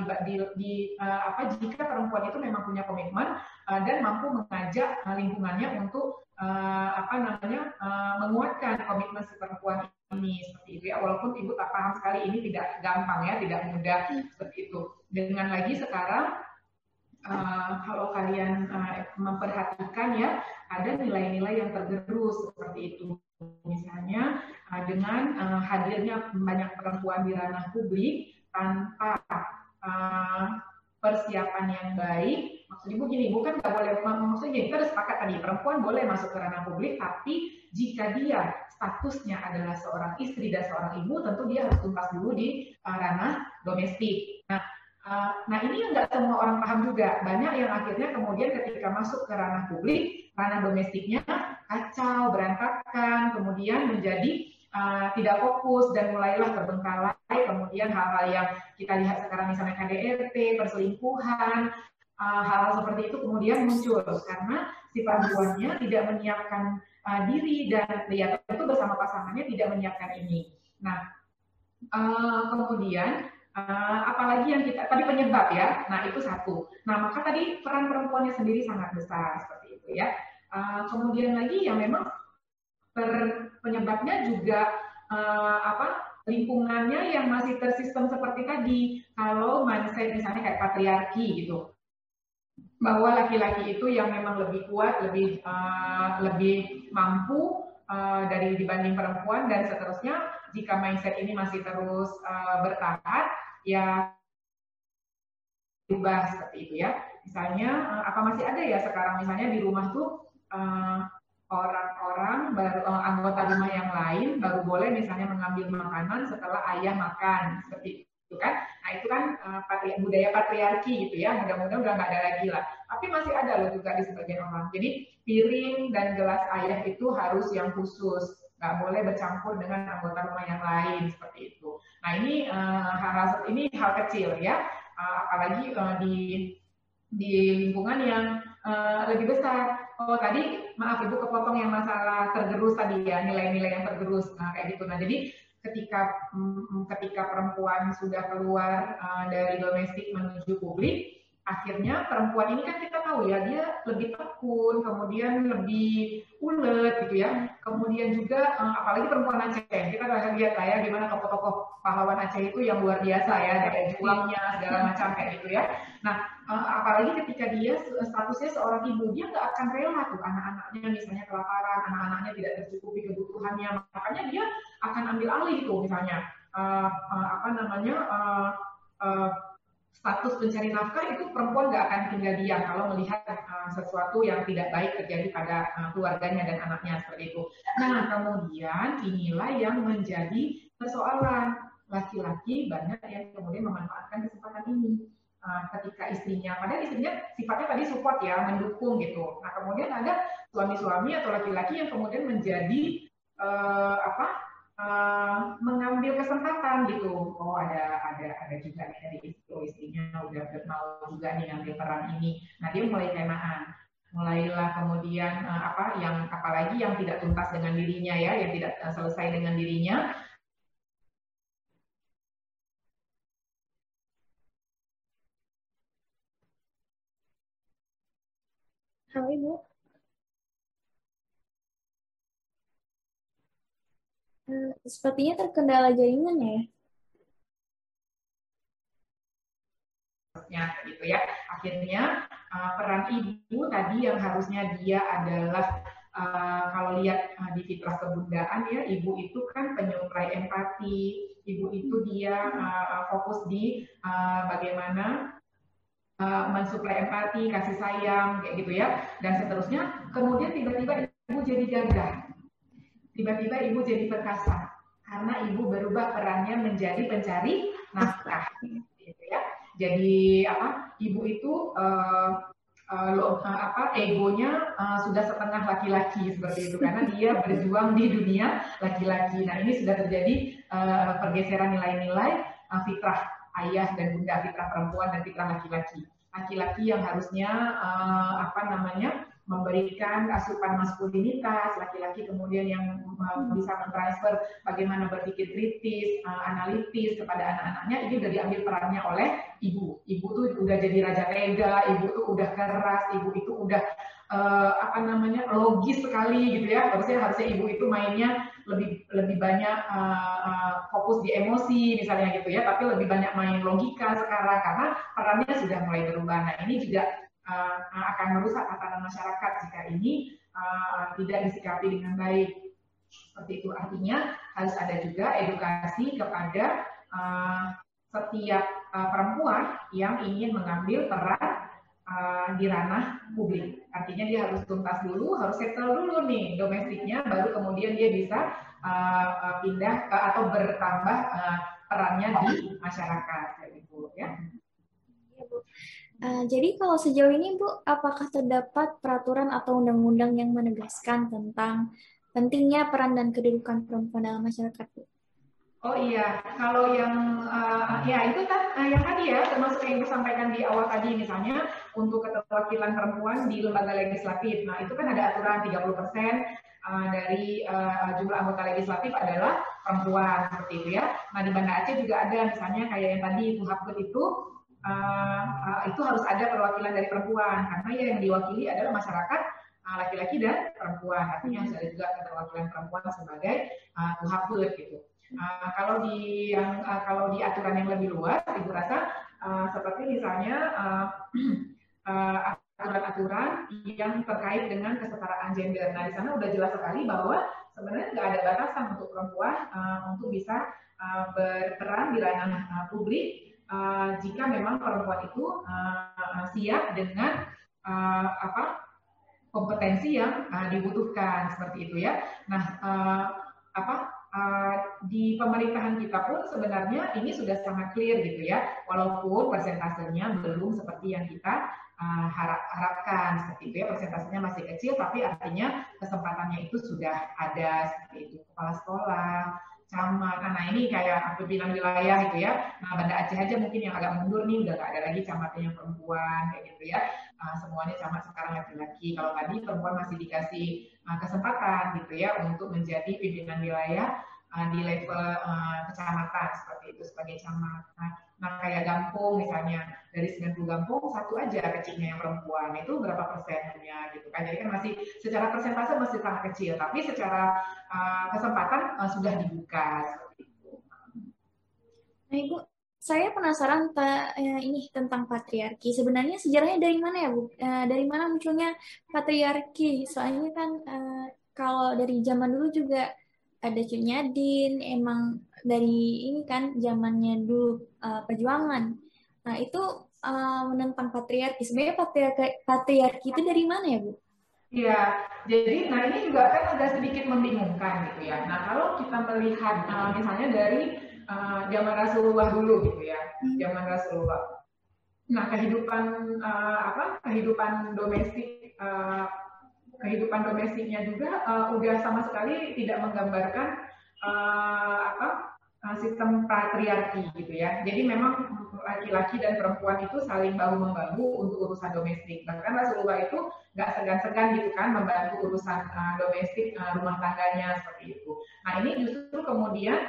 jika perempuan itu memang punya komitmen dan mampu mengajak lingkungannya untuk menguatkan komitmen si perempuan ini seperti itu ya. Walaupun Ibu tak paham sekali ini tidak gampang ya, tidak mudah seperti itu. Dengan lagi sekarang kalau kalian memperhatikan ya, ada nilai-nilai yang tergerus seperti itu. Misalnya dengan hadirnya banyak perempuan di ranah publik tanpa persiapan yang baik. Maksudnya begini, bukan nggak boleh, maksudnya kita harus sepakat tadi, perempuan boleh masuk ke ranah publik, tapi jika dia statusnya adalah seorang istri dan seorang ibu, tentu dia harus tuntas dulu di ranah domestik. Nah ini yang nggak semua orang paham juga. Banyak yang akhirnya kemudian ketika masuk ke ranah publik, ranah domestiknya kacau, berantakan, kemudian menjadi tidak fokus dan mulailah terbengkalai. Kemudian hal-hal yang kita lihat sekarang misalnya KDRT, perselingkuhan, hal-hal seperti itu kemudian muncul karena si perempuannya tidak menyiapkan diri dan ya tentu bersama pasangannya tidak menyiapkan ini. Nah kemudian apalagi yang kita tadi penyebab ya, nah itu satu. Nah maka tadi peran perempuannya sendiri sangat besar seperti itu ya. Kemudian lagi yang memang penyebabnya juga lingkungannya yang masih tersistem seperti tadi. Kalau mindset misalnya kayak patriarki gitu, bahwa laki-laki itu yang memang lebih kuat, lebih mampu dari dibanding perempuan dan seterusnya. Jika mindset ini masih terus bertahan, ya berubah seperti itu ya. Misalnya apa masih ada ya sekarang misalnya di rumah tuh orang-orang baru anggota rumah yang lain baru boleh misalnya mengambil makanan setelah ayah makan seperti itu kan. Nah itu kan budaya patriarki gitu ya. Mudah-mudahan udah nggak ada lagi lah. Tapi masih ada loh juga di sebagian orang. Jadi piring dan gelas ayah itu harus yang khusus, nggak boleh bercampur dengan anggota rumah yang lain seperti itu. Nah ini hal kecil ya. Apalagi di lingkungan yang lebih besar. Oh tadi maaf Ibu kepotong yang masalah tergerus tadi ya, nilai-nilai yang tergerus, kayak gitu. Nah jadi ketika perempuan sudah keluar dari domestik menuju publik, akhirnya perempuan ini kan kita tahu ya dia lebih tekun, kemudian lebih ulet gitu ya. Kemudian juga apalagi perempuan Aceh, kita lihat lah ya gimana tokoh-tokoh pahlawan Aceh itu yang luar biasa ya, dari julangnya segala macam kayak gitu ya. Nah apalagi ketika dia statusnya seorang ibu, dia nggak akan rela tuh anak-anaknya misalnya kelaparan, anak-anaknya tidak tercukupi kebutuhannya, makanya dia akan ambil alih tuh misalnya status pencari nafkah itu perempuan nggak akan tinggal diam kalau melihat sesuatu yang tidak baik terjadi pada keluarganya dan anaknya seperti itu. Nah kemudian inilah yang menjadi persoalan, laki-laki banyak yang kemudian memanfaatkan kesempatan ini. Ketika istrinya, padahal istrinya sifatnya tadi support ya, mendukung gitu. Nah kemudian ada suami-suami atau laki-laki yang kemudian menjadi mengambil kesempatan gitu. Oh ada juga nih dari istrinya udah mau juga nih ngambil peran ini. Nah dia mulai keenaan, mulailah kemudian apalagi yang tidak tuntas dengan dirinya ya, yang tidak selesai dengan dirinya. Halo Ibu. Sepertinya terkendala jaringan ya. Gitu ya. Akhirnya peran ibu tadi yang harusnya dia adalah kalau lihat di fitrah kebudayaan ya, ibu itu kan penyuplai empati, ibu itu dia fokus di bagaimana mensuplai empati, kasih sayang kayak gitu ya, dan seterusnya. Kemudian tiba-tiba ibu jadi gagah, tiba-tiba ibu jadi perkasa karena ibu berubah perannya menjadi pencari nafkah gitu ya. Jadi ibu itu egonya sudah setengah laki-laki seperti itu karena dia berjuang di dunia laki-laki. Nah ini sudah terjadi pergeseran nilai-nilai fitrah ayah dan bunda, fitrah perempuan dan fitrah laki-laki. Laki-laki yang harusnya memberikan asupan maskulinitas, laki-laki kemudian yang bisa mentransfer bagaimana berpikir kritis, analitis kepada anak-anaknya, ini udah diambil perannya oleh ibu. Ibu tuh udah jadi raja tega, ibu tuh udah keras, ibu itu udah logis sekali gitu ya. Harusnya ibu itu mainnya lebih banyak fokus di emosi misalnya gitu ya, tapi lebih banyak main logika sekarang karena perannya sudah mulai berubah. Nah ini juga akan merusak tatanan masyarakat jika ini tidak disikapi dengan baik. Seperti itu artinya harus ada juga edukasi kepada setiap perempuan yang ingin mengambil peran di ranah publik. Artinya dia harus tuntas dulu, harus settle dulu nih domestiknya, baru kemudian dia bisa pindah atau bertambah perannya di masyarakat kayak gitu ya. Jadi kalau sejauh ini Bu, apakah terdapat peraturan atau undang-undang yang menegaskan tentang pentingnya peran dan kedudukan perempuan dalam masyarakat Bu? Oh iya, kalau yang ya itu kan yang tadi ya, termasuk yang disampaikan di awal tadi, misalnya untuk keterwakilan perempuan di lembaga legislatif. Nah itu kan ada aturan 30% dari jumlah anggota legislatif adalah perempuan seperti itu ya. Nah di Banda Aceh juga ada misalnya kayak yang tadi Bu Haput itu harus ada perwakilan dari perempuan karena yang diwakili adalah masyarakat laki-laki dan perempuan. Artinya harus ada juga keterwakilan perempuan sebagai Bu Haput gitu. Kalau di aturan yang lebih luas, Ibu rasa seperti misalnya aturan-aturan yang terkait dengan kesetaraan gender. Nah, di sana udah jelas sekali bahwa sebenarnya nggak ada batasan untuk perempuan untuk bisa berperan di ranah publik jika memang perempuan itu siap dengan kompetensi yang dibutuhkan seperti itu ya. Nah, di pemerintahan kita pun sebenarnya ini sudah sangat clear gitu ya, walaupun persentasenya belum seperti yang kita harapkan seperti itu ya, persentasenya masih kecil, tapi artinya kesempatannya itu sudah ada seperti itu. Kepala sekolah, camat, nah ini kayak pimpinan wilayah gitu ya. Nah, Banda Aceh aja mungkin yang agak mundur nih, udah nggak ada lagi camatnya yang perempuan kayak gitu ya. Semuanya camat sekarang laki-laki. Kalau tadi perempuan masih dikasih kesempatan gitu ya untuk menjadi pimpinan wilayah di level kecamatan seperti itu sebagai camat. Nah kayak Gampung misalnya, dari 90 Gampung satu aja kecilnya yang perempuan, itu berapa persennya gitu kan. Jadi kan masih secara persentase masih sangat kecil, tapi secara kesempatan sudah dibuka seperti itu. Nah, Ibu, saya penasaran ini tentang patriarki. Sebenarnya sejarahnya dari mana ya, Bu? Dari mana munculnya patriarki? Soalnya kan kalau dari zaman dulu juga ada Cut Nyadin, emang dari ini kan zamannya dulu perjuangan. Nah, itu menentang patriarki. Sebenarnya patriarki itu dari mana ya, Bu? Iya, jadi nah ini juga kan agak sedikit membingungkan gitu ya. Nah kalau kita melihat misalnya dari zaman Rasulullah dulu gitu ya, zaman Rasulullah. Nah kehidupan domestik kehidupan domestiknya juga udah sama sekali tidak menggambarkan sistem patriarki gitu ya. Jadi memang laki-laki dan perempuan itu saling bahu-membahu untuk urusan domestik. Bahkan Rasulullah itu nggak segan-segan gitu kan membantu urusan domestik rumah tangganya seperti itu. Nah ini justru kemudian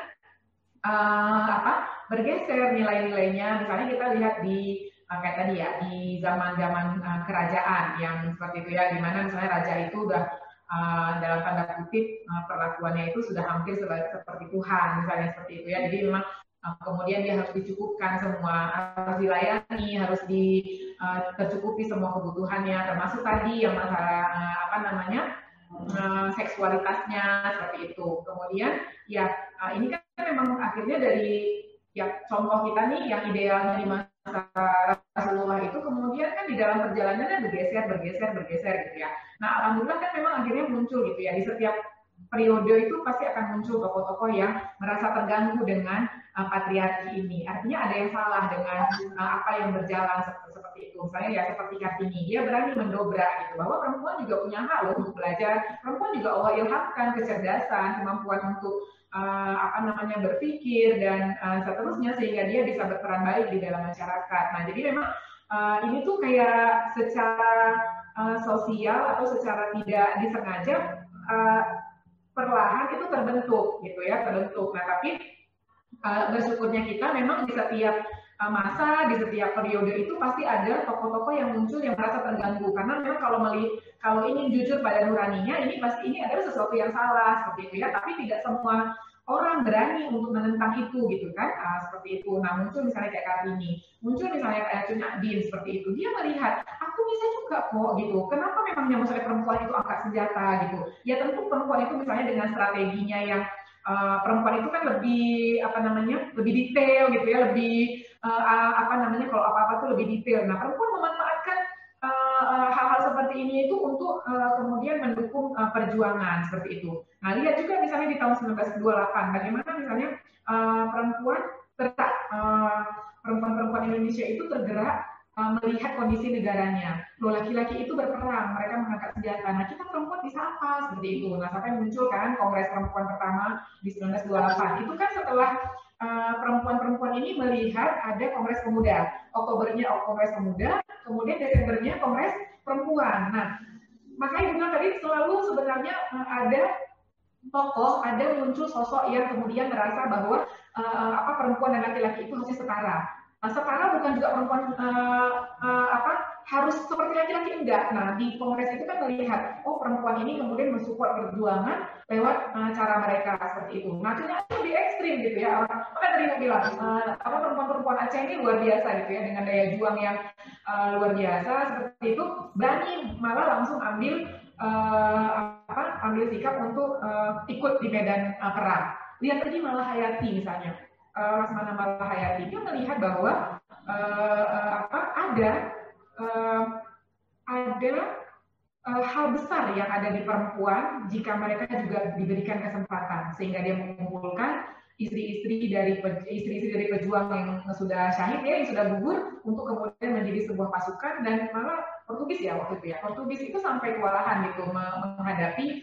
bergeser nilai-nilainya. Misalnya kita lihat di kayak tadi ya di zaman-zaman kerajaan yang seperti itu ya, di mana misalnya raja itu udah dalam tanda kutip perlakuannya itu sudah hampir seperti Tuhan misalnya seperti itu ya. Jadi memang kemudian dia harus dicukupkan semua, harus dilayani, harus tercukupi semua kebutuhannya, termasuk tadi yang masalah seksualitasnya seperti itu. Kemudian ya ini kan memang akhirnya dari ya contoh kita nih yang idealnya di masa Rasulullah itu kemudian kan di dalam perjalanannya bergeser gitu ya. Nah alhamdulillah kan memang akhirnya muncul gitu ya, di setiap periode itu pasti akan muncul tokoh-tokoh yang merasa terganggu dengan patriarki ini. Artinya ada yang salah dengan apa yang berjalan seperti itu. Misalnya ya seperti Kartini, dia berani mendobrak gitu, bahwa perempuan juga punya hak loh untuk belajar. Perempuan juga Allah ilhamkan kecerdasan, kemampuan untuk berpikir dan seterusnya sehingga dia bisa berperan baik di dalam masyarakat. Nah jadi memang ini tuh kayak secara sosial atau secara tidak disengaja perlahan itu terbentuk gitu ya, terbentuk. Nah tapi bersyukurnya kita memang di setiap masa, di setiap periode itu pasti ada tokoh-tokoh yang muncul yang merasa terganggu, karena memang kalau ingin jujur pada nuraninya, ini pasti ini adalah sesuatu yang salah seperti itu ya, tapi tidak semua orang berani untuk menentang itu gitu kan, seperti itu. Nah muncul misalnya kayak Kartini, muncul misalnya kayak Cut Nyadin seperti itu, dia melihat aku bisa juga kok gitu, kenapa memangnya misalnya perempuan itu angkat senjata gitu. Ya tentu perempuan itu misalnya dengan strateginya yang perempuan itu kan lebih detail gitu ya, lebih kalau apa-apa tuh lebih detail. Nah perempuan memanfaatkan hal-hal seperti ini itu untuk kemudian mendukung perjuangan seperti itu. Nah lihat juga misalnya di tahun 1928 bagaimana misalnya perempuan-perempuan Indonesia itu tergerak melihat kondisi negaranya. Loh laki-laki itu berperang, mereka mengangkat senjata. Nah kita perempuan bisa apa seperti itu. Nah sampai muncul kan Kongres Perempuan pertama di 1928. Itu kan setelah perempuan-perempuan ini melihat ada Kongres Pemuda. Oktobernya Kongres Pemuda, kemudian Desembernya Kongres Perempuan. Nah makanya bilang tadi selalu sebenarnya ada muncul sosok yang kemudian merasa bahwa perempuan dan laki-laki itu harusnya setara. Setara bukan juga perempuan harus seperti laki-laki, enggak. Nah di kongres itu kan melihat perempuan ini kemudian mensupport perjuangan lewat cara mereka seperti itu. Nah ternyata lebih ekstrim gitu ya. Maka tadi aku bilang perempuan-perempuan Aceh ini luar biasa gitu ya, dengan daya juang yang luar biasa seperti itu, berani malah langsung ambil sikap untuk ikut di medan perang. Lihat tadi Malahayati misalnya, Laksamana Malahayati, dia melihat bahwa ada hal besar yang ada di perempuan jika mereka juga diberikan kesempatan, sehingga dia mengumpulkan istri-istri dari pejuang yang sudah syahid ya, yang sudah gugur, untuk kemudian menjadi sebuah pasukan. Dan malah Portugis ya waktu itu ya, Portugis itu sampai kewalahan gitu menghadapi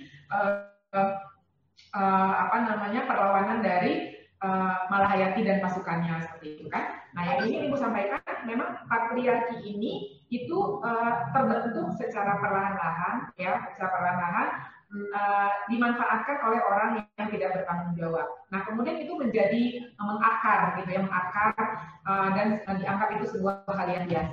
perlawanan dari Malahayati dan pasukannya seperti itu kan. Nah, yang ingin Ibu sampaikan, memang patriarki ini itu terbentuk secara perlahan-lahan ya, dimanfaatkan oleh orang yang tidak bertanggung jawab. Nah, kemudian itu menjadi mengakar gitu ya, dan dianggap itu sebuah hal yang biasa.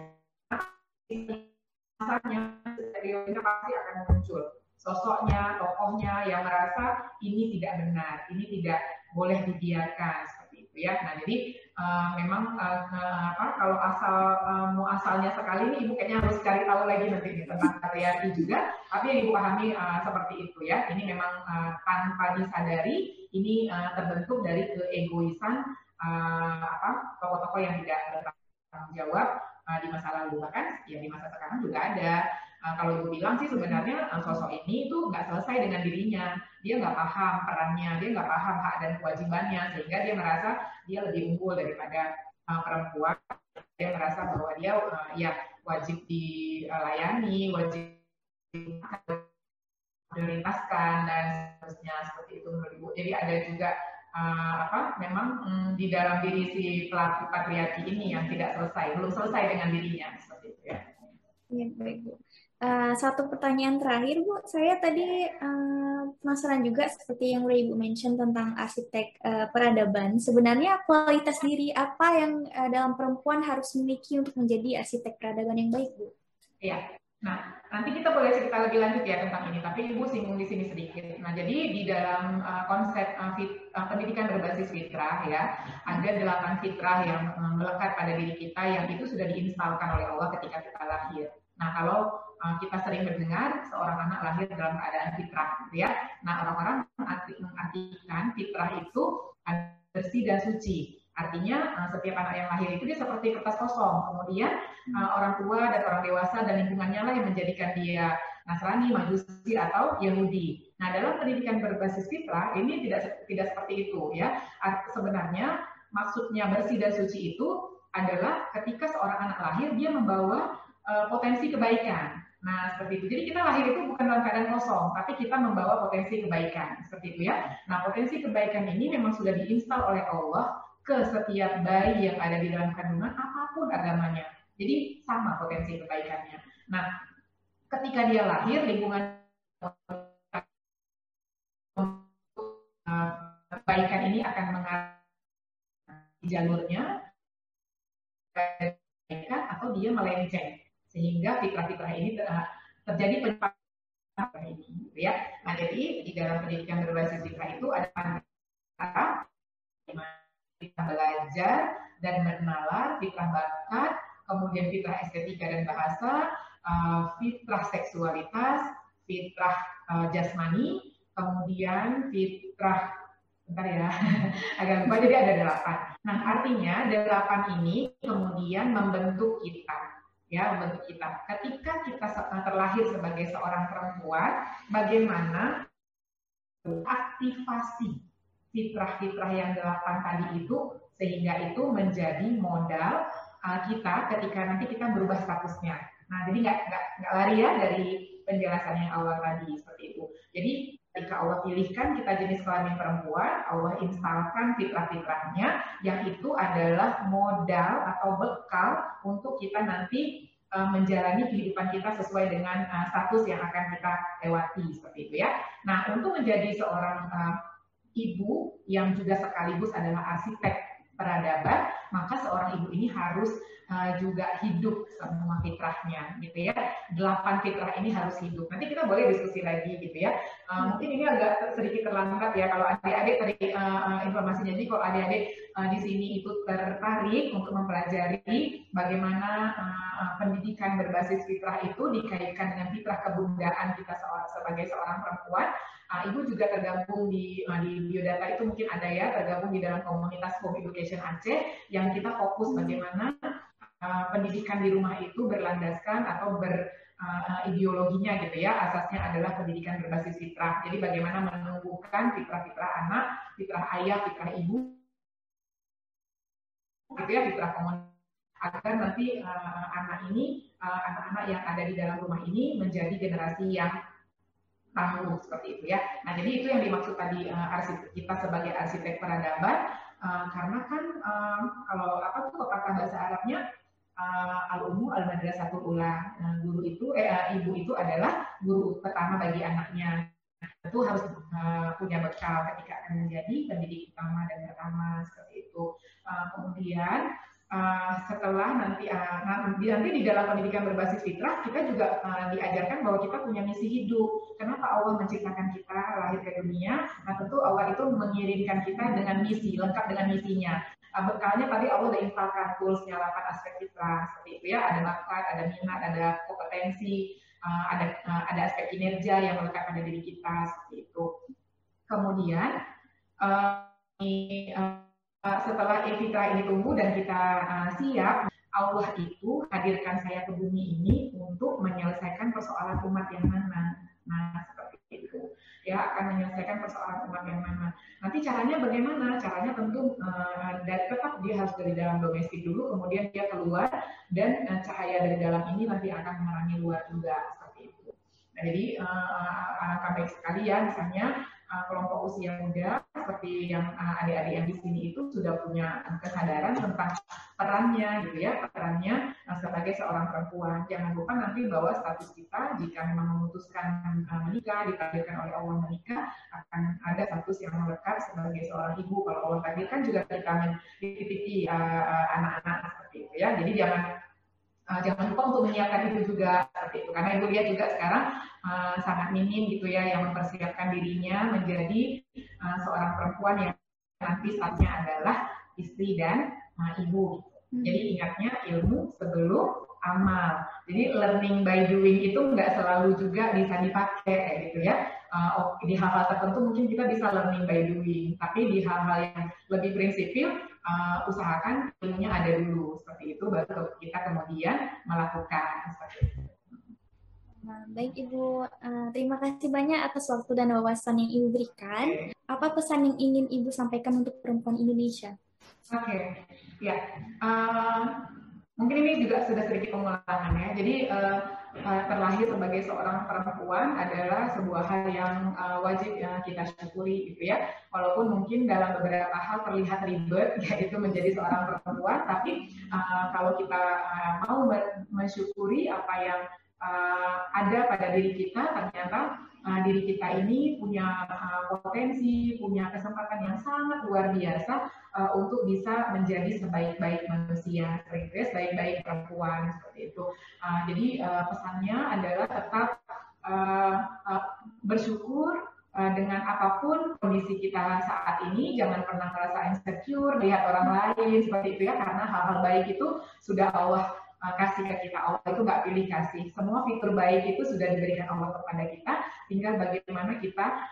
Masanya pasti akan muncul sosoknya, tokohnya yang merasa ini tidak benar, ini tidak boleh dibiarkan seperti itu ya. Nah, jadi memang kalau asalnya sekali ini Ibu kayaknya harus cari tahu lagi nanti tentang patriarki juga. Tapi yang Ibu pahami seperti itu ya. Ini memang tanpa disadari ini terbentuk dari keegoisan tokoh-tokoh yang tidak bertanggung jawab di masa lalu. Bahkan ya di masa sekarang juga ada. Kalau Ibu bilang sih sebenarnya sosok ini itu nggak selesai dengan dirinya. Dia nggak paham perannya, dia nggak paham hak dan kewajibannya, sehingga dia merasa dia lebih unggul daripada perempuan. Dia merasa bahwa dia wajib dilayani, wajib prioritaskan dan seterusnya seperti itu menurut Ibu. Jadi ada juga memang di dalam diri si pelaku patriarki ini yang tidak selesai, belum selesai dengan dirinya seperti itu ya. Ya, baik Bu. Satu pertanyaan terakhir Bu, saya tadi penasaran juga seperti yang udah Ibu mention tentang arsitek peradaban. Sebenarnya kualitas diri apa yang dalam perempuan harus memiliki untuk menjadi arsitek peradaban yang baik Bu? Iya. Nah, nanti kita boleh cerita lebih lanjut ya tentang ini, tapi Ibu singgung di sini sedikit. Nah, jadi di dalam konsep pendidikan berbasis fitrah ya, ada 8 fitrah yang melekat pada diri kita yang itu sudah diinstalkan oleh Allah ketika kita lahir. Nah, kalau kita sering mendengar seorang anak lahir dalam keadaan fitrah, gitu ya. Nah, orang-orang mengartikan fitrah itu bersih dan suci. Artinya setiap anak yang lahir itu dia seperti kertas kosong. Kemudian orang tua dan orang dewasa dan lingkungannya lah yang menjadikan dia Nasrani, Majusi atau Yahudi. Nah, dalam pendidikan berbasis fitrah ini tidak seperti itu ya. Sebenarnya maksudnya bersih dan suci itu adalah ketika seorang anak lahir dia membawa potensi kebaikan. Nah, seperti itu. Jadi kita lahir itu bukan dalam keadaan kosong, tapi kita membawa potensi kebaikan. Seperti itu ya. Nah, potensi kebaikan ini memang sudah diinstal oleh Allah ke setiap bayi yang ada di dalam kandungan, apapun agamanya. Jadi sama potensi kebaikannya. Nah, ketika dia lahir, lingkungan kebaikan ini akan mengarah jalurnya kebaikan atau dia melenceng. Sehingga fitrah-fitrah ini terjadi penyimpangan ini, gitu ya. Nah, jadi di dalam pendidikan berbasis fitrah itu ada fitrah belajar dan bernalar, fitrah bakat, kemudian fitrah estetika dan bahasa, fitrah seksualitas, fitrah jasmani, kemudian fitrah agak lupa, jadi ada 8. Nah, artinya 8 ini kemudian membentuk kita. Ya, membentuk kita. Ketika kita terlahir sebagai seorang perempuan, bagaimana aktivasi fitrah-fitrah yang 8 tadi itu, sehingga itu menjadi modal kita ketika nanti kita berubah statusnya. Nah, jadi nggak lari ya dari penjelasan yang awal tadi seperti itu. Jadi ketika Allah pilihkan kita jenis kelamin perempuan, Allah instalkan fitrah-fitrahnya, yang itu adalah modal atau bekal untuk kita nanti menjalani kehidupan kita sesuai dengan status yang akan kita lewati seperti itu ya. Nah, untuk menjadi seorang ibu yang juga sekaligus adalah arsitek peradaban, maka seorang ibu ini harus juga hidup semua fitrahnya, gitu ya. 8 fitrah ini harus hidup. Nanti kita boleh diskusi lagi, gitu ya. Mungkin ini agak sedikit terlambat ya kalau adik-adik tadi informasinya. Jadi kalau adik-adik di sini itu tertarik untuk mempelajari bagaimana pendidikan berbasis fitrah itu dikaitkan dengan fitrah kebundaan kita sebagai seorang perempuan. Ibu juga tergabung di biodata itu mungkin ada ya, tergabung di dalam komunitas Home Education Aceh yang kita fokus bagaimana pendidikan di rumah itu berlandaskan atau ideologinya gitu ya, asasnya adalah pendidikan berbasis fitrah. Jadi bagaimana menumbuhkan fitrah-fitrah anak, fitrah ayah, fitrah ibu, gitu ya, fitrah komunitas, agar nanti anak-anak yang ada di dalam rumah ini menjadi generasi yang tangguh seperti itu ya. Nah jadi itu yang dimaksud tadi kita sebagai arsitek peradaban, karena kan kalau apa tuh pepatah bahasa Arabnya, al-ummu al-madrasatul ula. Guru itu ibu itu adalah guru pertama bagi anaknya. Tentu harus punya bekal ketika akan menjadi pendidik utama dan pertama seperti itu. Kemudian setelah nanti di dalam pendidikan berbasis fitrah kita juga diajarkan bahwa kita punya misi hidup. Kenapa Allah menciptakan kita lahir ke dunia? Nah tentu Allah itu mengirimkan kita dengan misi, lengkap dengan misinya. Bekalnya tadi Allah udah infalkan goals-nya 8 aspek fitrah seperti itu ya. Ada bakat, ada minat, ada kompetensi, ada aspek kinerja yang melekat pada diri kita seperti itu. Kemudian setelah fitrah ini tumbuh dan kita siap, Allah itu hadirkan saya ke bumi ini untuk menyelesaikan persoalan umat yang mana. Nah, seperti itu. Ya, akan menyelesaikan persoalan umat yang mana. Nanti caranya bagaimana? Caranya tentu tetap dia harus dari dalam domestik dulu, kemudian dia keluar, dan cahaya dari dalam ini nanti akan menerangi luar juga, seperti itu. Nah, jadi alangkah baik sekali ya, misalnya kelompok usia muda seperti yang adik-adik yang di sini itu sudah punya kesadaran tentang perannya gitu ya, perannya sebagai seorang perempuan. Jangan lupa nanti bahwa status kita jika memang memutuskan menikah, ditakdirkan oleh Allah menikah, akan ada status yang melekat sebagai seorang ibu. Kalau Allah takdirkan juga kita dititipi anak-anak seperti itu ya. Jadi jangan lupa untuk menyiapkan itu juga seperti itu, karena ibu lihat juga sekarang sangat minim gitu ya yang mempersiapkan dirinya menjadi seorang perempuan yang nanti statusnya adalah istri dan ibu. Jadi ingatnya ilmu sebelum amal. Jadi learning by doing itu nggak selalu juga bisa dipakai gitu ya. Di hal-hal tertentu mungkin kita bisa learning by doing, tapi di hal-hal yang lebih prinsipil usahakan ilmunya ada dulu seperti itu, baru kita kemudian melakukan seperti itu. Baik Ibu, terima kasih banyak atas waktu dan wawasan yang Ibu berikan. Apa pesan yang ingin Ibu sampaikan untuk perempuan Indonesia? Oke, ya. Mungkin ini juga sudah sedikit pengulangan ya. Jadi terlahir sebagai seorang perempuan adalah sebuah hal yang wajib kita syukuri gitu ya. Walaupun mungkin dalam beberapa hal terlihat ribet, yaitu menjadi seorang perempuan, tapi kalau kita mau mensyukuri apa yang ada pada diri kita, ternyata diri kita ini punya potensi, punya kesempatan yang sangat luar biasa untuk bisa menjadi sebaik-baik manusia, sebaik-baik perempuan seperti itu. Jadi pesannya adalah tetap bersyukur dengan apapun kondisi kita saat ini. Jangan pernah merasa insecure, lihat orang lain seperti itu ya, karena hal-hal baik itu sudah Allah kasih ke kita. Allah itu nggak pilih kasih. Semua fitur baik itu sudah diberikan Allah kepada kita. Tinggal bagaimana kita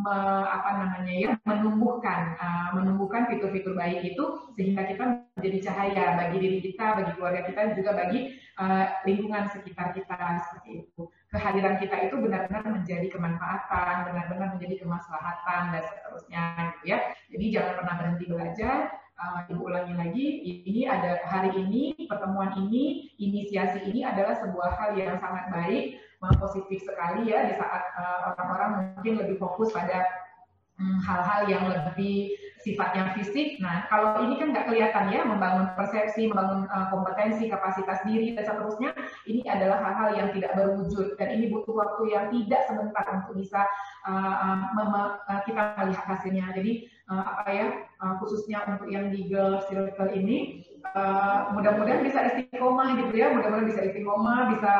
menumbuhkan fitur-fitur baik itu sehingga kita menjadi cahaya bagi diri kita, bagi keluarga kita, juga bagi lingkungan sekitar kita seperti itu. Kehadiran kita itu benar-benar menjadi kemanfaatan, benar-benar menjadi kemaslahatan dan seterusnya, gitu ya. Jadi jangan pernah berhenti belajar. Ibu ulangi lagi, ini ada hari ini, pertemuan ini, inisiasi ini adalah sebuah hal yang sangat baik, positif sekali ya, di saat orang-orang mungkin lebih fokus pada hal-hal yang lebih sifatnya fisik. Nah, kalau ini kan nggak kelihatan ya, membangun persepsi, membangun kompetensi, kapasitas diri, dan seterusnya, ini adalah hal-hal yang tidak berwujud, dan ini butuh waktu yang tidak sebentar untuk bisa kita melihat hasilnya. Jadi khususnya untuk yang di Girl Circle ini, mudah-mudahan bisa istiqomah gitu ya, mudah-mudahan bisa istiqomah, bisa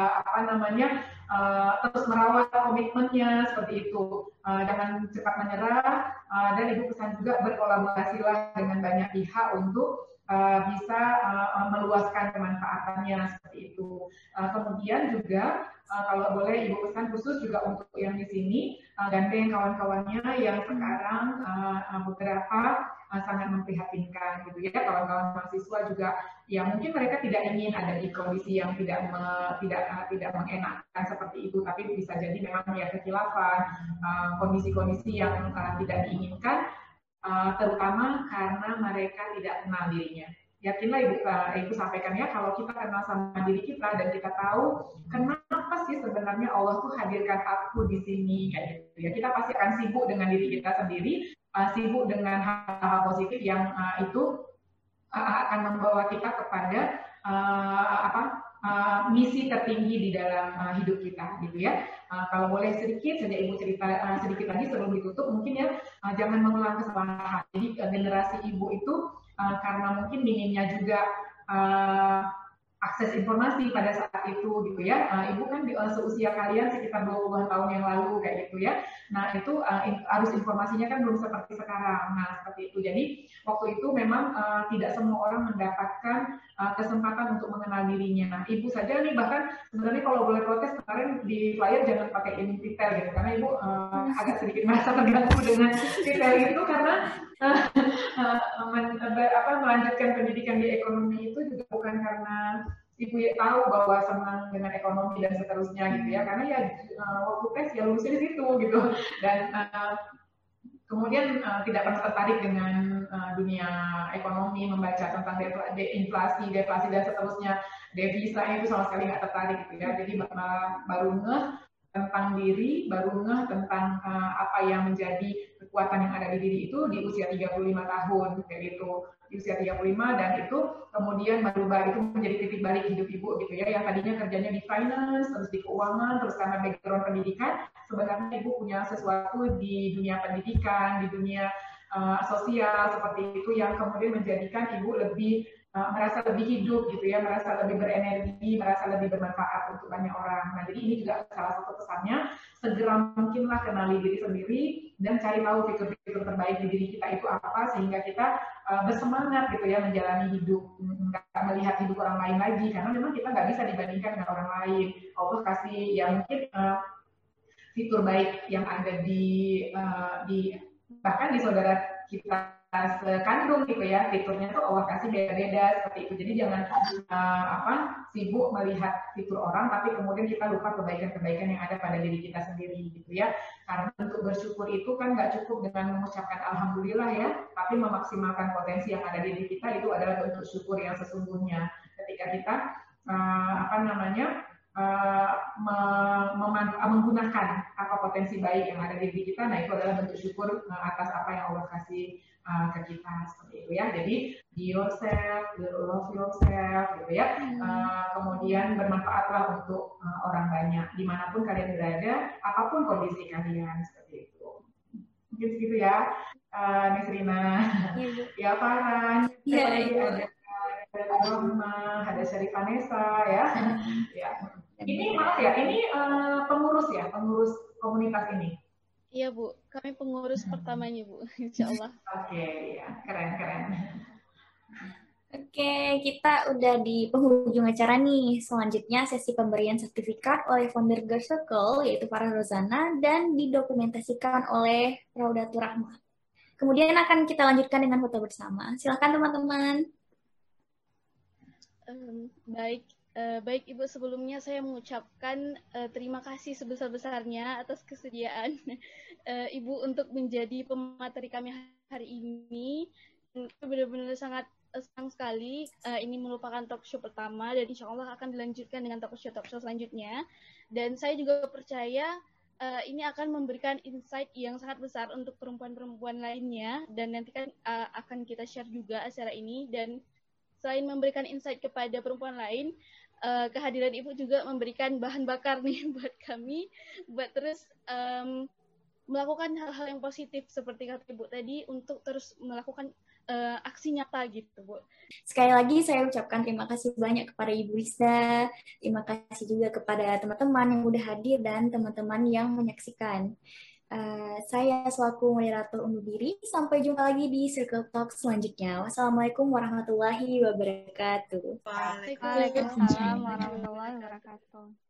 terus merawat komitmennya seperti itu. Jangan cepat menyerah, dan Ibu pesan juga berkolaborasilah dengan banyak pihak untuk bisa meluaskan kemanfaatannya seperti itu. Kemudian juga kalau boleh Ibu pesan khusus juga untuk yang di sini, gandeng kawan-kawannya yang sekarang beberapa sangat memprihatinkan gitu ya, kawan-kawan mahasiswa juga ya mungkin mereka tidak ingin ada di kondisi yang tidak mengenakan seperti itu, tapi bisa jadi memang ya kekhilafan, kondisi-kondisi yang tidak diinginkan, terutama karena mereka tidak kenal dirinya. Yakinlah Ibu sampaikan ya, kalau kita kenal sama diri kita dan kita tahu kenapa sih sebenarnya Allah tuh hadirkan aku di sini kayak gitu ya, kita pasti akan sibuk dengan diri kita sendiri, sibuk dengan hal-hal positif yang itu akan membawa kita kepada misi tertinggi di dalam hidup kita gitu ya. Kalau boleh sedikit saja Ibu cerita sedikit lagi sebelum ditutup, mungkin ya, jangan mengulang kesalahan. Jadi generasi Ibu itu karena mungkin inginnya juga akses informasi pada saat itu gitu ya. Ibu kan di seusia kalian sekitar 20-an tahun yang lalu kayak gitu ya. Nah, itu arus informasinya kan belum seperti sekarang. Nah, seperti itu. Jadi, waktu itu memang tidak semua orang mendapatkan kesempatan untuk mengenal dirinya. Nah, Ibu saja nih bahkan sebenarnya kalau boleh protes kemarin di flyer jangan pakai ini titel gitu, karena Ibu agak sedikit merasa terganggu dengan titel itu karena melanjutkan pendidikan di ekonomi itu juga bukan karena Ibu tahu bahwa senang dengan ekonomi dan seterusnya gitu ya, karena ya waktu tes ya lulusnya di situ gitu, dan kemudian tidak pernah tertarik dengan dunia ekonomi, membaca tentang inflasi, deflasi dan seterusnya, devisa itu sama sekali nggak tertarik gitu ya. Jadi baru ngeh tentang diri, baru ngeh tentang apa yang menjadi kekuatan yang ada di diri itu di usia 35 tahun kayak gitu. Di usia 35, dan itu kemudian merubah, itu menjadi titik balik hidup Ibu gitu ya, yang tadinya kerjanya di finance, terus di keuangan, terus karena background pendidikan, sebenarnya Ibu punya sesuatu di dunia pendidikan, di dunia sosial seperti itu, yang kemudian menjadikan Ibu lebih merasa lebih hidup gitu ya, merasa lebih berenergi, merasa lebih bermanfaat untuk banyak orang. Nah, jadi ini juga salah satu pesannya, segera mungkinlah kenali diri sendiri dan cari tahu fitur-fitur terbaik di diri kita itu apa, sehingga kita bersemangat gitu ya menjalani hidup, nggak melihat hidup orang lain lagi, karena memang kita nggak bisa dibandingkan dengan orang lain. Allah kasih ya mungkin fitur baik yang ada di bahkan di saudara kita sekandung gitu ya, fiturnya tuh Allah kasih beda-beda seperti itu. Jadi jangan sibuk melihat fitur orang, tapi kemudian kita lupa kebaikan-kebaikan yang ada pada diri kita sendiri gitu ya. Karena untuk bersyukur itu kan nggak cukup dengan mengucapkan alhamdulillah ya, tapi memaksimalkan potensi yang ada di diri kita, itu adalah bentuk syukur yang sesungguhnya. Ketika kita menggunakan apa potensi baik yang ada di diri kita, nah itu adalah bentuk syukur atas apa yang Allah kasih ke kita seperti itu ya. Jadi be yourself, love yourself gitu ya. Kemudian bermanfaatlah untuk orang banyak dimanapun kalian berada, apapun kondisi kalian seperti itu. Mungkin segitu ya, Nisrina. Ya, Farhan. Ada Norma, ada Syarif Vanessa ya. Ya. Ini maaf ya, ini pengurus komunitas ini. Iya Bu, kami pengurus pertamanya Bu, insya Allah. Oke, ya, keren. Oke, kita udah di penghujung acara nih. Selanjutnya sesi pemberian sertifikat oleh founder Girl Circle, yaitu Farah Rozana, dan didokumentasikan oleh Raudatul Rahmah. Kemudian akan kita lanjutkan dengan foto bersama. Silakan teman-teman. Baik Ibu, sebelumnya saya mengucapkan terima kasih sebesar-besarnya atas kesediaan Ibu untuk menjadi pemateri kami hari ini. Benar-benar sangat senang sekali. Ini merupakan talk show pertama dan insya Allah akan dilanjutkan dengan talk show selanjutnya. Dan saya juga percaya ini akan memberikan insight yang sangat besar untuk perempuan-perempuan lainnya, dan nanti kan akan kita share juga acara ini. Dan selain memberikan insight kepada perempuan lain, kehadiran Ibu juga memberikan bahan bakar nih buat kami, buat terus melakukan hal-hal yang positif seperti kata Ibu tadi, untuk terus melakukan aksi nyata gitu, Bu. Sekali lagi saya ucapkan terima kasih banyak kepada Ibu Rizda, terima kasih juga kepada teman-teman yang udah hadir dan teman-teman yang menyaksikan. Saya selaku moderator undur diri, sampai jumpa lagi di Circle Talk selanjutnya. Wassalamualaikum warahmatullahi wabarakatuh. Waalaikumsalam warahmatullahi wabarakatuh.